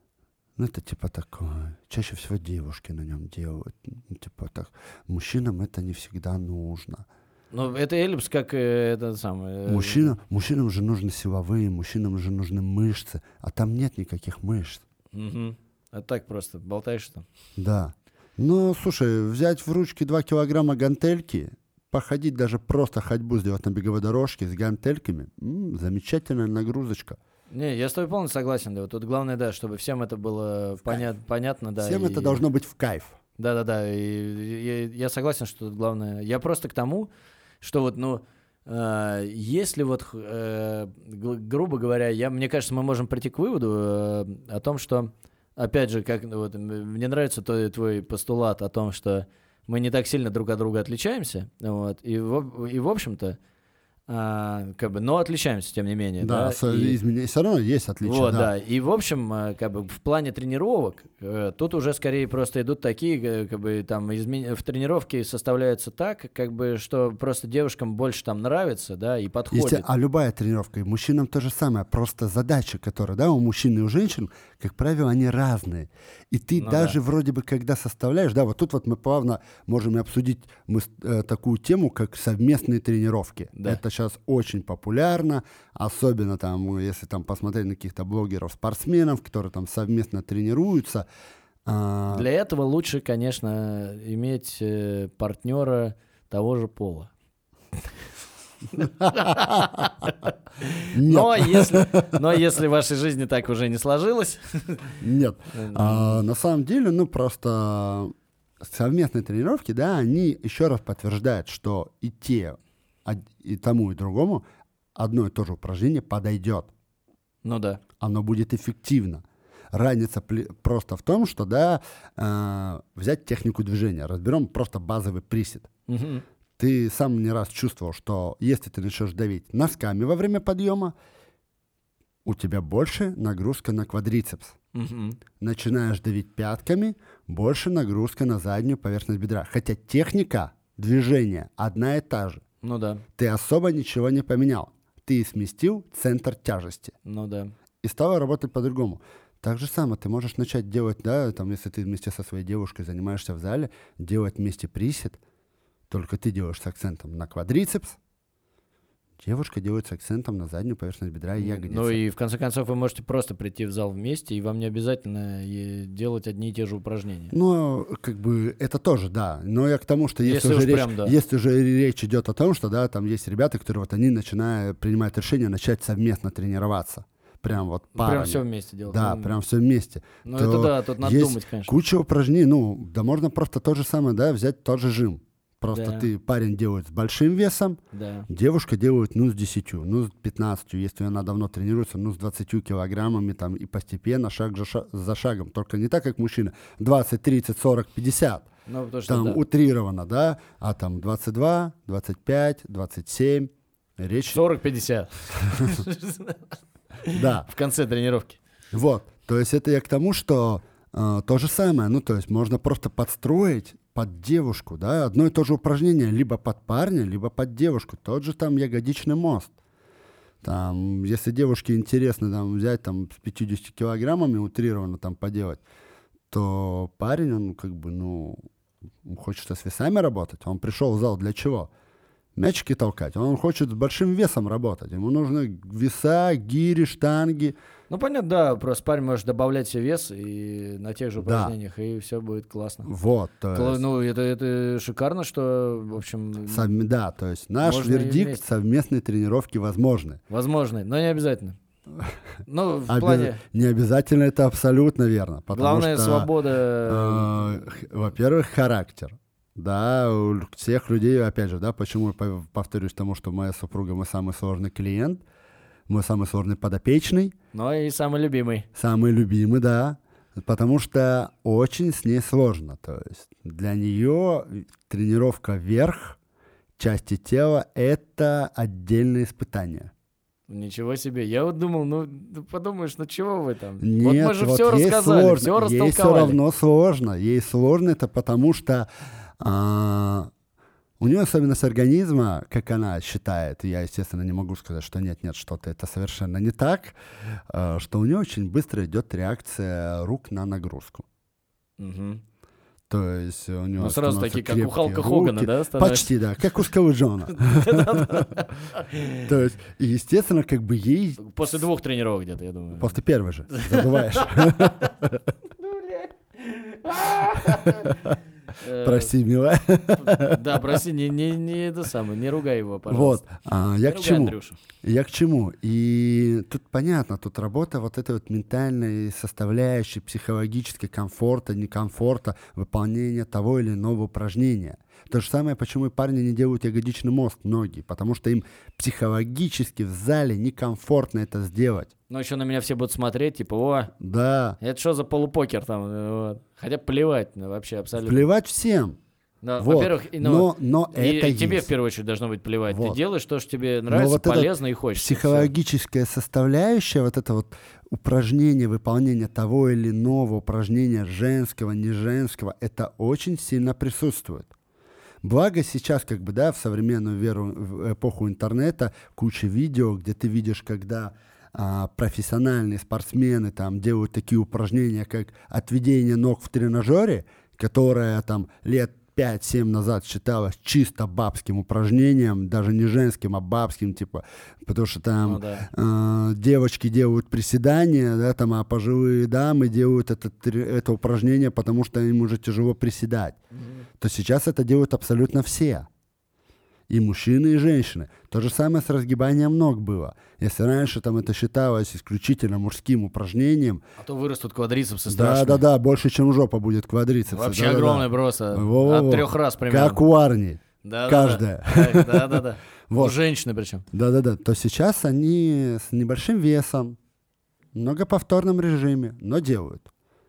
ну, это типа такое, чаще всего девушки на нем делают, ну, типа так, мужчинам это не всегда нужно. Ну, это эллипс, как э, это самое... э, Мужчинам, мужчинам же нужны силовые, мужчинам же нужны мышцы, а там нет никаких мышц. Угу. А так просто болтаешь там? Да. Ну, слушай, взять в ручки два килограмма гантельки, походить даже просто ходьбу сделать на беговой дорожке с гантельками, м-м, замечательная нагрузочка. Не, я с тобой полностью согласен, да. Вот тут главное, да, чтобы всем это было поня- понятно, да. Всем и... это должно быть в кайф. Да-да-да, и я, я согласен, что тут главное... Я просто к тому, что вот, ну, э, если вот, э, г- грубо говоря, я, мне кажется, мы можем прийти к выводу э, о том, что, опять же, как вот, мне нравится твой, твой постулат о том, что мы не так сильно друг от друга отличаемся, вот, и, в, и в общем-то, А, как бы, но отличаемся, тем не менее. Да, Да, со- и, изменения все равно есть отличия. вот, да. да. И, в общем, э, как бы в плане тренировок э, тут уже скорее просто идут такие, э, как бы там измен... в тренировке составляются так, как бы, что просто девушкам больше там нравится, да, и подходит. Если- а любая тренировка, и мужчинам то же самое, просто задачи, которые, да, у мужчин и у женщин, как правило, они разные. И ты Ну даже да. вроде бы, когда составляешь, да, вот тут вот мы плавно можем и обсудить мы, с- э, такую тему, как совместные тренировки. Да. Это сейчас очень популярно, особенно там, если там посмотреть на каких-то блогеров, спортсменов, которые там совместно тренируются. а, Для этого лучше, конечно, иметь э, партнера того же пола. Но Нет, если, но если в вашей жизни так уже не сложилось, нет. А, на самом деле, ну просто совместные тренировки, да, они еще раз подтверждают, что и те, од- и тому, и другому одно и то же упражнение подойдет. ну да. Оно будет эффективно. Разница пле- просто в том, что, да, э, взять технику движения. Разберем просто базовый присед. Мгм. Ты сам не раз чувствовал, что если ты начнешь давить носками во время подъема, у тебя больше нагрузка на квадрицепс. Мгм. Начинаешь давить пятками, больше нагрузка на заднюю поверхность бедра. Хотя техника движения одна и та же. Ну да, Ты особо ничего не поменял. Ты сместил центр тяжести ну да. и стала работать по-другому. Так же самое ты можешь начать делать, да, там, если ты вместе со своей девушкой занимаешься в зале, делать вместе присед, только ты делаешь с акцентом на квадрицепс, девушка делает с акцентом на заднюю поверхность бедра и ягодицы. Ну и в конце концов вы можете просто прийти в зал вместе, и вам не обязательно э, делать одни и те же упражнения. Ну, как бы, это тоже, да. Но я к тому, что если, Если уже, уж речь, прям, да. если уже речь идет о том, что, да, там есть ребята, которые вот они начинают принимать решение начать совместно тренироваться. Прям вот Ну, парами. прям все вместе делать. Да, Ну, прям все вместе. Ну то это да, тут надо есть думать, конечно. куча упражнений, ну, да можно просто то же самое, да, взять тот же жим. Просто Да. ты, парень делает с большим весом, Да. девушка делает, ну, с десятью, ну, с пятнадцатью, если она давно тренируется, ну, с двадцатью килограммами, там, и постепенно, шаг за, ша- за шагом. Только не так, как мужчина, двадцать, тридцать, сорок, пятьдесят, Ну, потому что там, да. утрированно, да, а там двадцать два, двадцать пять, двадцать семь, речь, сорок-пятьдесят да, в конце тренировки. вот. То есть это я к тому, что э, то же самое, ну, то есть можно просто подстроить под девушку, да, одно и то же упражнение, либо под парня, либо под девушку, тот же там ягодичный мост. Там, если девушке интересно там, взять там, с пятьюдесятью килограммами утрированно там поделать, то парень, он как бы, ну, хочет с весами работать. Он пришел в зал для чего? Мячики толкать. Он хочет с большим весом работать. Ему нужны веса, гири, штанги. Ну, понятно, да, просто парень может добавлять себе вес и на тех же Да. упражнениях, и все будет классно. Вот. То Кла- есть, Ну, это, это шикарно, что, в общем, совм- да, то есть наш Можно и вердикт, вместе. совместные тренировки возможны. возможно, но не обязательно. Ну, в Обяз- плане... Не обязательно, это абсолютно верно. Потому Главная что, свобода... э, х- во-первых, характер. Да, у всех людей, опять же, да, почему я пов- повторюсь тому, что моя супруга мой самый сложный клиент, мой самый сложный подопечный, Но и самый любимый. самый любимый, да, потому что очень с ней сложно. То есть для нее тренировка вверх, части тела — это отдельное испытание. Ничего себе. Я вот думал, ну, ну, подумаешь, ну чего вы там? Нет, вот мы же вот все ей рассказали, сложно, все ей все растолковали. равно сложно. Ей сложно это потому, что а, у нее особенность организма, как она считает, и я, естественно, не могу сказать, что нет-нет, что-то это совершенно не так, а, что у нее очень быстро идет реакция рук на нагрузку. Мгм. То есть у него Ну, сразу становятся такие, как у Халка крепкие Хогана, руки. да, становятся? Почти, да, как у Скалы Джона. То есть, и, естественно, как бы ей... После двух тренировок где-то, я думаю. После первой же, забываешь. Прости, милая. Да, прости, не, не, не это самое, не ругай его, Вот, пожалуйста. а, я Не к ругай чему? Андрюшу. Я к чему? И тут понятно, тут работа вот этой вот ментальной составляющей, психологической комфорта, некомфорта, выполнения того или иного упражнения. То же самое, почему и парни не делают ягодичный мост, многие, потому что им психологически в зале некомфортно это сделать. Но еще на меня все будут смотреть, типа, о, Да, это что за полупокер там? Вот. Хотя плевать, ну, вообще абсолютно. плевать всем. Да, Вот. Во-первых, и, ну, Но, но и, это и тебе есть. в первую очередь должно быть плевать. Вот. Ты делаешь то, что тебе Но нравится, вот эта полезно и хочется. психологическая составляющая, вот это вот упражнение, выполнение того или иного упражнения, женского, не женского, это очень сильно присутствует. Благо сейчас, как бы, да, в современную веру, в эпоху интернета, куча видео, где ты видишь, когда а, профессиональные спортсмены там делают такие упражнения, как отведение ног в тренажере, которое там лет пять-семь назад считалось чисто бабским упражнением, даже не женским, а бабским, типа, потому что там Ну да. э, девочки делают приседания, да, там, а пожилые дамы делают это, это упражнение, потому что им уже тяжело приседать. Мгм. То сейчас это делают абсолютно все. И мужчины, и женщины. То же самое с разгибанием ног было. Если раньше там это считалось исключительно мужским упражнением, А то вырастут квадрицепсы да, страшные. да, да, больше, чем жопа будет квадрицепса. Вообще да, да, огромный да. просто. Во-во-во. От трех раз примерно. Как у Арни. Да, да, каждая. Да, да, да. да. Вот. У женщины причем. Да-да-да. То сейчас они с небольшим весом, многоповторном режиме, но делают.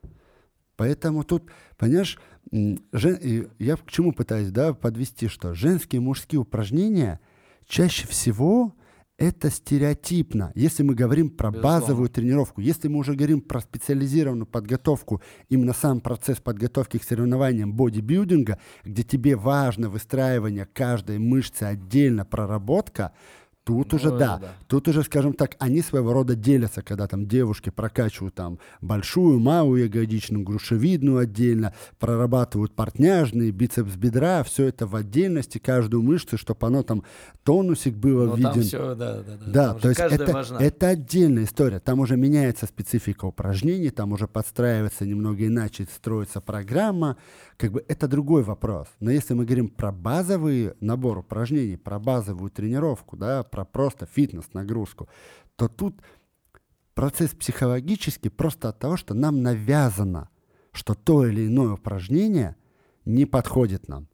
Поэтому тут, понимаешь, м, жен- и я к чему пытаюсь, да, подвести, что женские и мужские упражнения чаще всего это стереотипно. Если мы говорим про Безусловно. базовую тренировку, если мы уже говорим про специализированную подготовку, именно сам процесс подготовки к соревнованиям бодибилдинга, где тебе важно выстраивание каждой мышцы отдельно, проработка, тут Ну, уже это да. да. Тут уже, скажем так, они своего рода делятся, когда там девушки прокачивают там большую, малую ягодичную, грушевидную отдельно, прорабатывают портняжные, бицепс бедра, все это в отдельности, каждую мышцу, чтобы оно там тонусик было Ну, там виден. все, да, да, да. Да, Там то же есть каждая это, важна. это отдельная история. Там уже меняется специфика упражнений, там уже подстраивается немного иначе, строится программа. Как бы это другой вопрос. Но если мы говорим про базовый набор упражнений, про базовую тренировку, да, про просто фитнес-нагрузку, то тут процесс психологический просто от того, что нам навязано, что то или иное упражнение не подходит нам.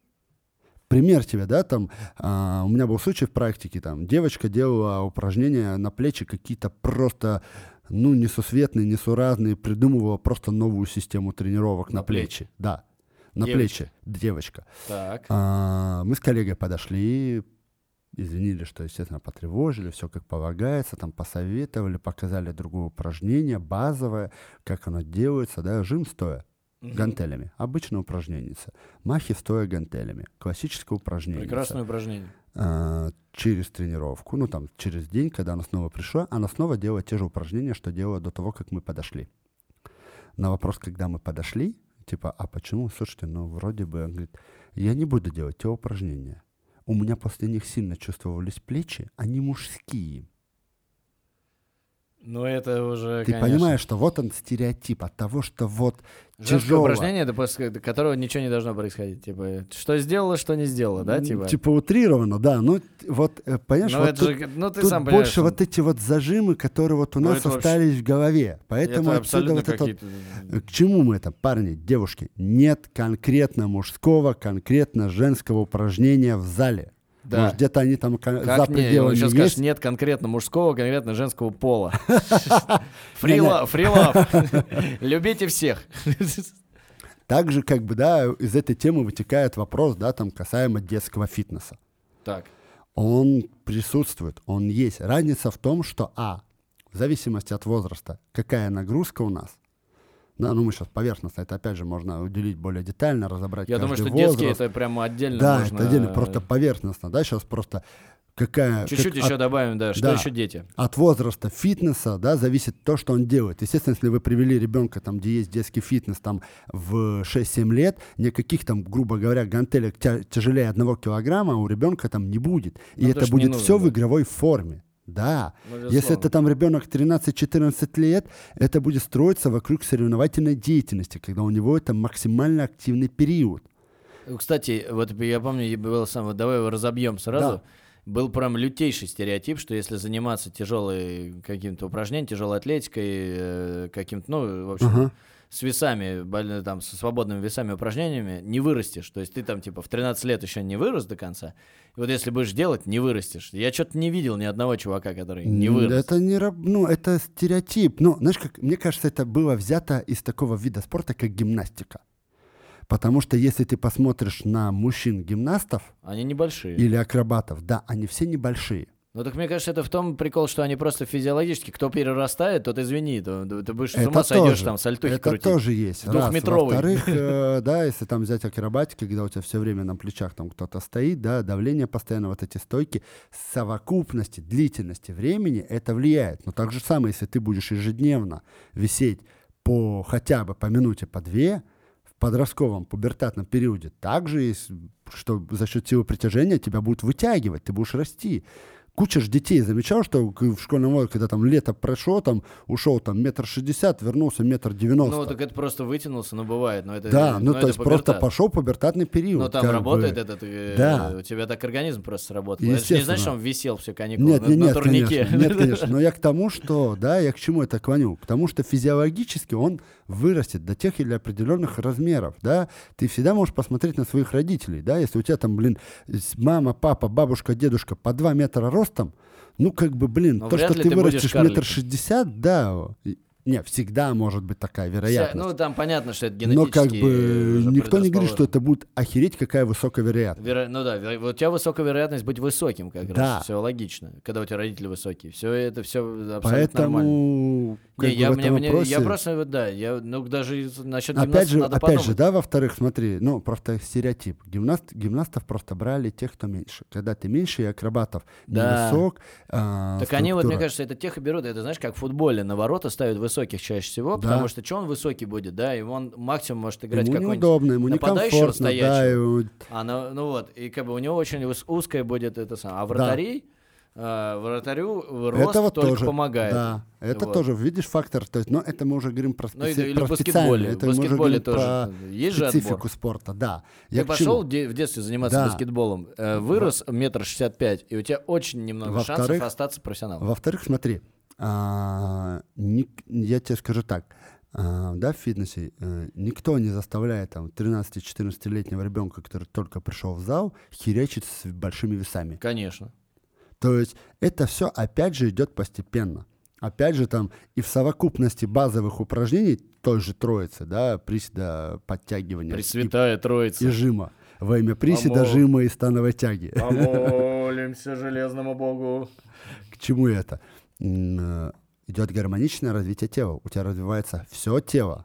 Пример тебе, да, там, а, у меня был случай в практике, там, девочка делала упражнения на плечи какие-то просто, ну, несусветные, несуразные, придумывала просто новую систему тренировок на, На плечи. плечи. Да, на Девочка. плечи, девочка. Так. А, мы с коллегой подошли, извинили, что, естественно, потревожили, все как полагается, там посоветовали, показали другое упражнение, базовое, как оно делается, да, жим стоя. Мгм. Гантелями. Обычное упражнение. Махи стоя гантелями. Классическое упражнение. Прекрасное упражнение. А, через тренировку, ну там через день, когда она снова пришла, она снова делала те же упражнения, что делала до того, как мы подошли. На вопрос, когда мы подошли, типа, а почему, слушайте, ну вроде бы, он говорит, я не буду делать те упражнения. У меня после них сильно чувствовались плечи, они мужские. Ну, это уже, Ты конечно. понимаешь, что вот он стереотип от того, что вот Женское тяжело. упражнение, это после которого ничего не должно происходить. Типа, что сделала, что не сделала, да, типа? Типа утрированно, да. Ну, вот, э, понимаешь, Ну, вот это тут, же, ну, ты тут сам понимаешь, больше что вот эти вот зажимы, которые вот у Ну, нас это вообще- остались в голове. Поэтому это отсюда абсолютно вот это вот, какие-то... э, к чему мы это, парни, девушки? Нет конкретно мужского, конкретно женского упражнения в зале. Да. Может, где-то они там ка- за Как не, пределами сейчас есть. скажешь, нет конкретно мужского, конкретно женского пола. Фрилав, фрилав. Любите всех. Также, как бы, да, из этой темы вытекает вопрос, да, там, касаемо детского фитнеса. Так. Он присутствует, он есть. Разница в том, что, а, в зависимости от возраста, какая нагрузка у нас, да, ну мы сейчас поверхностно, это опять же можно уделить более детально, разобрать Я каждый думаю, что возраст. детские это прямо отдельно Да, нужно. это отдельно, просто поверхностно, да, сейчас просто какая... Чуть-чуть как, еще от, добавим, да, что да, еще дети? От возраста фитнеса, да, зависит то, что он делает. Естественно, если вы привели ребенка, там, где есть детский фитнес, там, в шесть-семь лет, никаких там, грубо говоря, гантелек тя- тяжелее одного килограмма у ребенка там не будет. И Ну, это что будет не все нужно, в да. игровой форме. Да, Безусловно. если это там ребенок тринадцать-четырнадцать лет, это будет строиться вокруг соревновательной деятельности, когда у него это максимально активный период. Кстати, вот я помню, было сам, вот давай его разобьем сразу. Да. Был прям лютейший стереотип, что если заниматься тяжелой каким-то упражнением, тяжелой атлетикой, э, каким-то, ну, в общем, Ага. с весами, больно- там, со свободными весами упражнениями, не вырастешь. То есть ты там, типа, в тринадцать лет еще не вырос до конца. И вот если будешь делать, не вырастешь. Я что-то не видел ни одного чувака, который не М, вырос. Это не раб- ну, это стереотип. Ну, знаешь, как мне кажется, это было взято из такого вида спорта, как гимнастика. Потому что если ты посмотришь на мужчин-гимнастов Они небольшие. или акробатов, да, они все небольшие. Ну так мне кажется, это в том прикол, что они просто физиологически, кто перерастает, тот извини, то, то ты будешь с Это ума сойдешь тоже, там сальтухи это крутить. тоже есть. Раз. Двухметровый. Во-вторых, э, да, если там взять акробатики, когда у тебя все время на плечах там кто-то стоит, да, давление постоянно, вот эти стойки, совокупности, длительности времени это влияет. Но так же самое, если ты будешь ежедневно висеть по хотя бы по минуте, по две, в подростковом пубертатном периоде, также есть, что за счет силы притяжения тебя будут вытягивать, ты будешь расти. Куча ж детей замечал, что к- в школьном возрасте, когда там лето прошло, там ушел там метр шестьдесят, вернулся метр девяносто. Ну так это просто вытянулся, но бывает. Но это, Да, ну но то это есть просто пубертат. пошел пубертатный период. Ну там как работает бы. этот, э, Да. у тебя так организм просто сработал. Это же не Естественно. значит, что он висел все каникулы Нет, на, нет, на нет, турнике. конечно, нет, конечно. Но я к тому, что, да, я к чему это клоню? К тому, что физиологически он вырастет до тех или определенных размеров, да. Ты всегда можешь посмотреть на своих родителей, да, если у тебя там, блин, с- мама, папа, бабушка, дедушка по два метра ростом, ну, как бы, блин, Но то, вряд что ли ты ты будешь вырастешь карликом. метр шестьдесят, да, и- не, всегда может быть такая Вся- вероятность. ну там понятно, что это Но генетически как бы уже никто не говорит, что предрасположено. это будет охереть, какая высокая вероятность. Веро- Ну да, веро- вот у тебя высокая вероятность быть высоким как Да. раз. Все логично, когда у тебя родители высокие. Все это все абсолютно нормально. Поэтому как Не, бы я, в мне, этом мне- вопросе... я просто, вот, да, я, ну, даже из- насчет Опять гимнастики же, надо опять подумать. же, да, во-вторых, смотри, ну, просто стереотип. Гимнаст, гимнастов просто брали тех, кто меньше. Когда ты меньше, и акробатов Да. невысок, а, Так они, вот, мне структура. кажется, это тех и берут. Это, знаешь, как в футболе на ворота ставят высоких чаще всего, Да. потому что что он высокий будет, да, и он максимум может играть Ему какой-нибудь неудобно, ему нападающего некомфортно, да, стоячего. ему- А, ну, ну вот, и как бы у него очень ус- узкое будет это самое. А вратарей, э, вратарю рост это вот только тоже, помогает. да, это Вот. тоже, видишь, фактор, то есть, но это мы уже говорим про, Ну, и- специ- или про в баскетболе. специальное, В это мы уже баскетболе говорим тоже про есть же специфику отбор. спорта, да. Ты Я к пошел чему? де- в детстве заниматься Да. баскетболом, э, вырос метр шестьдесят пять, и у тебя очень немного Во-вторых- шансов остаться профессионалом. Во-вторых, смотри, а, ник- я тебе скажу так, а, да, в фитнесе э, никто не заставляет там тринадцати-четырнадцатилетнего ребенка, который только пришел в зал, херячить с большими весами. Конечно. То есть это все опять же идет постепенно. Опять же там и в совокупности базовых упражнений той же троицы, да, приседа, подтягивания и, Пресвятая Троица. и жима. Во имя приседа, Амо. жима и становой тяги. Помолимся железному Богу. К чему это? М, э, Идет гармоничное развитие тела. У тебя развивается все тело.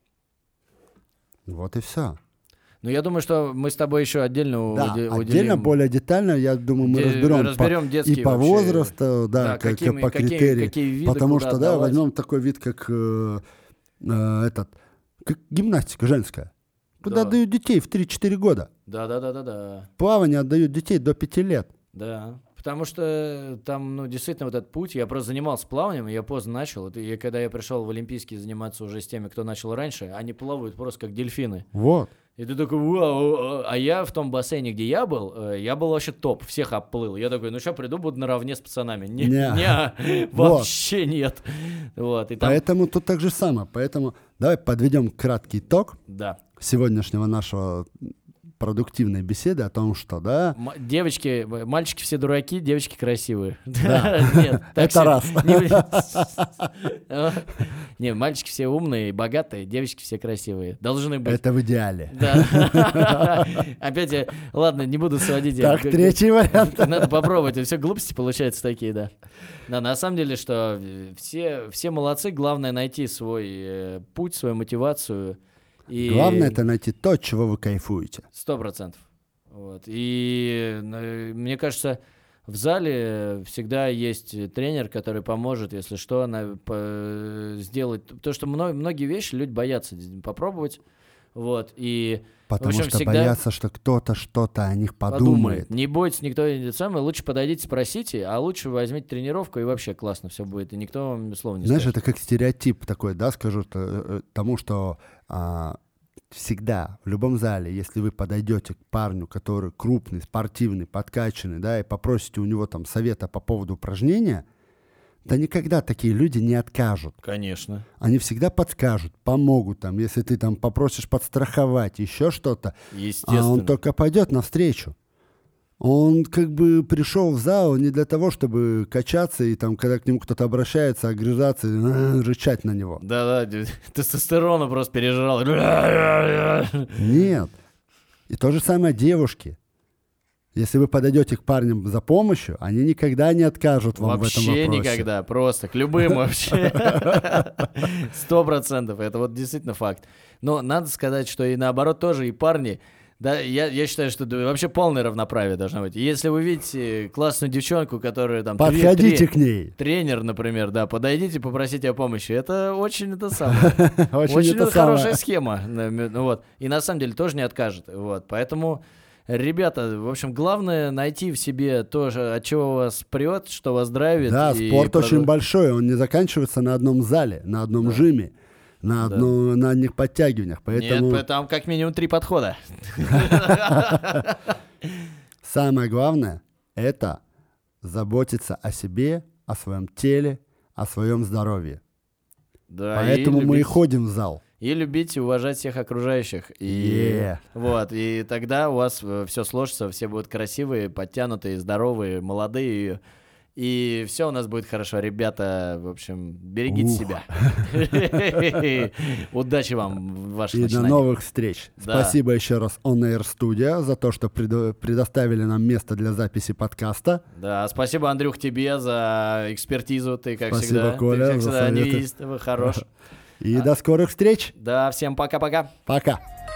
Вот и все. Ну, я думаю, что мы с тобой еще отдельно Да, уде- отдельно, уделим... более детально, я думаю, мы де- разберем, разберем по, детские и по вообще, возрасту, да, да, как, какими- по какие- критериям. какие виды Потому куда что, да, отдавать. возьмем такой вид, как э, э, этот, как гимнастика женская. Туда Да. отдают детей в три-четыре года. Да-да-да-да-да. Плавание отдают детей до пяти лет. Да, потому что там, ну, действительно, вот этот путь, я просто занимался плаванием, и я поздно начал. Вот, и когда я пришел в Олимпийские заниматься уже с теми, кто начал раньше, они плавают просто как дельфины. Вот. И ты такой, вау, а я в том бассейне, где я был, э, я был вообще топ, всех обплыл. Я такой, ну что, приду, буду наравне с пацанами. Не, Не. не, Вот. вообще нет. Вот, и там, Поэтому тут так же самое. Поэтому давай подведем краткий итог да. сегодняшнего нашего продуктивной беседы о том, что, да, М- девочки, м- мальчики все дураки, девочки красивые. Да. Нет, так это все- раз. Не, Не, мальчики все умные, богатые, девочки все красивые. Должны быть. Это в идеале. Да. Опять я, ладно, не буду сводить. я Так, г- г- третий вариант. Надо попробовать. Все глупости получаются такие, да. Да, на самом деле, что э, все, все молодцы. Главное найти свой э, путь, свою мотивацию. И Главное это найти то, от чего вы кайфуете. Сто процентов. Вот. И э, мне кажется, в зале всегда есть тренер, который поможет, если что, на, по, сделать... То, что много, многие вещи люди боятся попробовать. Вот, и... Потому общем, что всегда боятся, что кто-то что-то о них подумает. подумает. Не бойтесь, никто не самое. Лучше подойдите, спросите, а лучше возьмите тренировку, и вообще классно все будет. И никто вам слова не Знаешь, скажет. это как стереотип такой, да, скажу то, тому, что а, всегда в любом зале, если вы подойдете к парню, который крупный, спортивный, подкачанный, да, и попросите у него там совета по поводу упражнения, да никогда такие люди не откажут. Конечно. Они всегда подскажут, помогут там, если ты там попросишь подстраховать, еще что-то, Естественно. а он только пойдет навстречу. Он как бы пришел в зал не для того, чтобы качаться и там, когда к нему кто-то обращается, огрызаться, и рычать на него. Да-да, тестостерона просто пережрал. Нет. И то же самое девушки. Если вы подойдете к парням за помощью, они никогда не откажут вам вообще в этом вопросе. Вообще никогда, просто к любым вообще. Сто процентов, это вот действительно факт. Но надо сказать, что и наоборот тоже, и парни, да, я, я считаю, что вообще полное равноправие должно быть. Если вы видите классную девчонку, которая там... Подходите тре- к ней. Тренер, например, да, подойдите, попросите о помощи. Это очень это самое. Очень Очень это хорошая самое. схема. Ну вот. И на самом деле тоже не откажет. Вот. Поэтому... Ребята, в общем, главное найти в себе то, от чего вас прет, что вас драйвит. Да, и спорт продол- очень большой, он не заканчивается на одном зале, на одном Да. жиме, на, Да. одно, на одних подтягиваниях. Поэтому Нет, там как минимум три подхода. самое главное — это заботиться о себе, о своем теле, о своем здоровье. Да, Поэтому и мы и любить- ходим в зал. И любить и уважать всех окружающих. И, Yeah. вот, и тогда у вас все сложится, все будут красивые, подтянутые, здоровые, молодые. И все у нас будет хорошо. Ребята, в общем, берегите Ух. себя. Удачи вам в ваших И до начинаниях. новых встреч. Да. Спасибо еще раз On Air Studio за то, что предо- предоставили нам место для записи подкаста. Да, спасибо, Андрюх, тебе за экспертизу. Ты, как Спасибо, всегда, Коля, ты, как за всегда, советы. неистовый, хорош. И до скорых встреч. Да, всем пока-пока. Пока.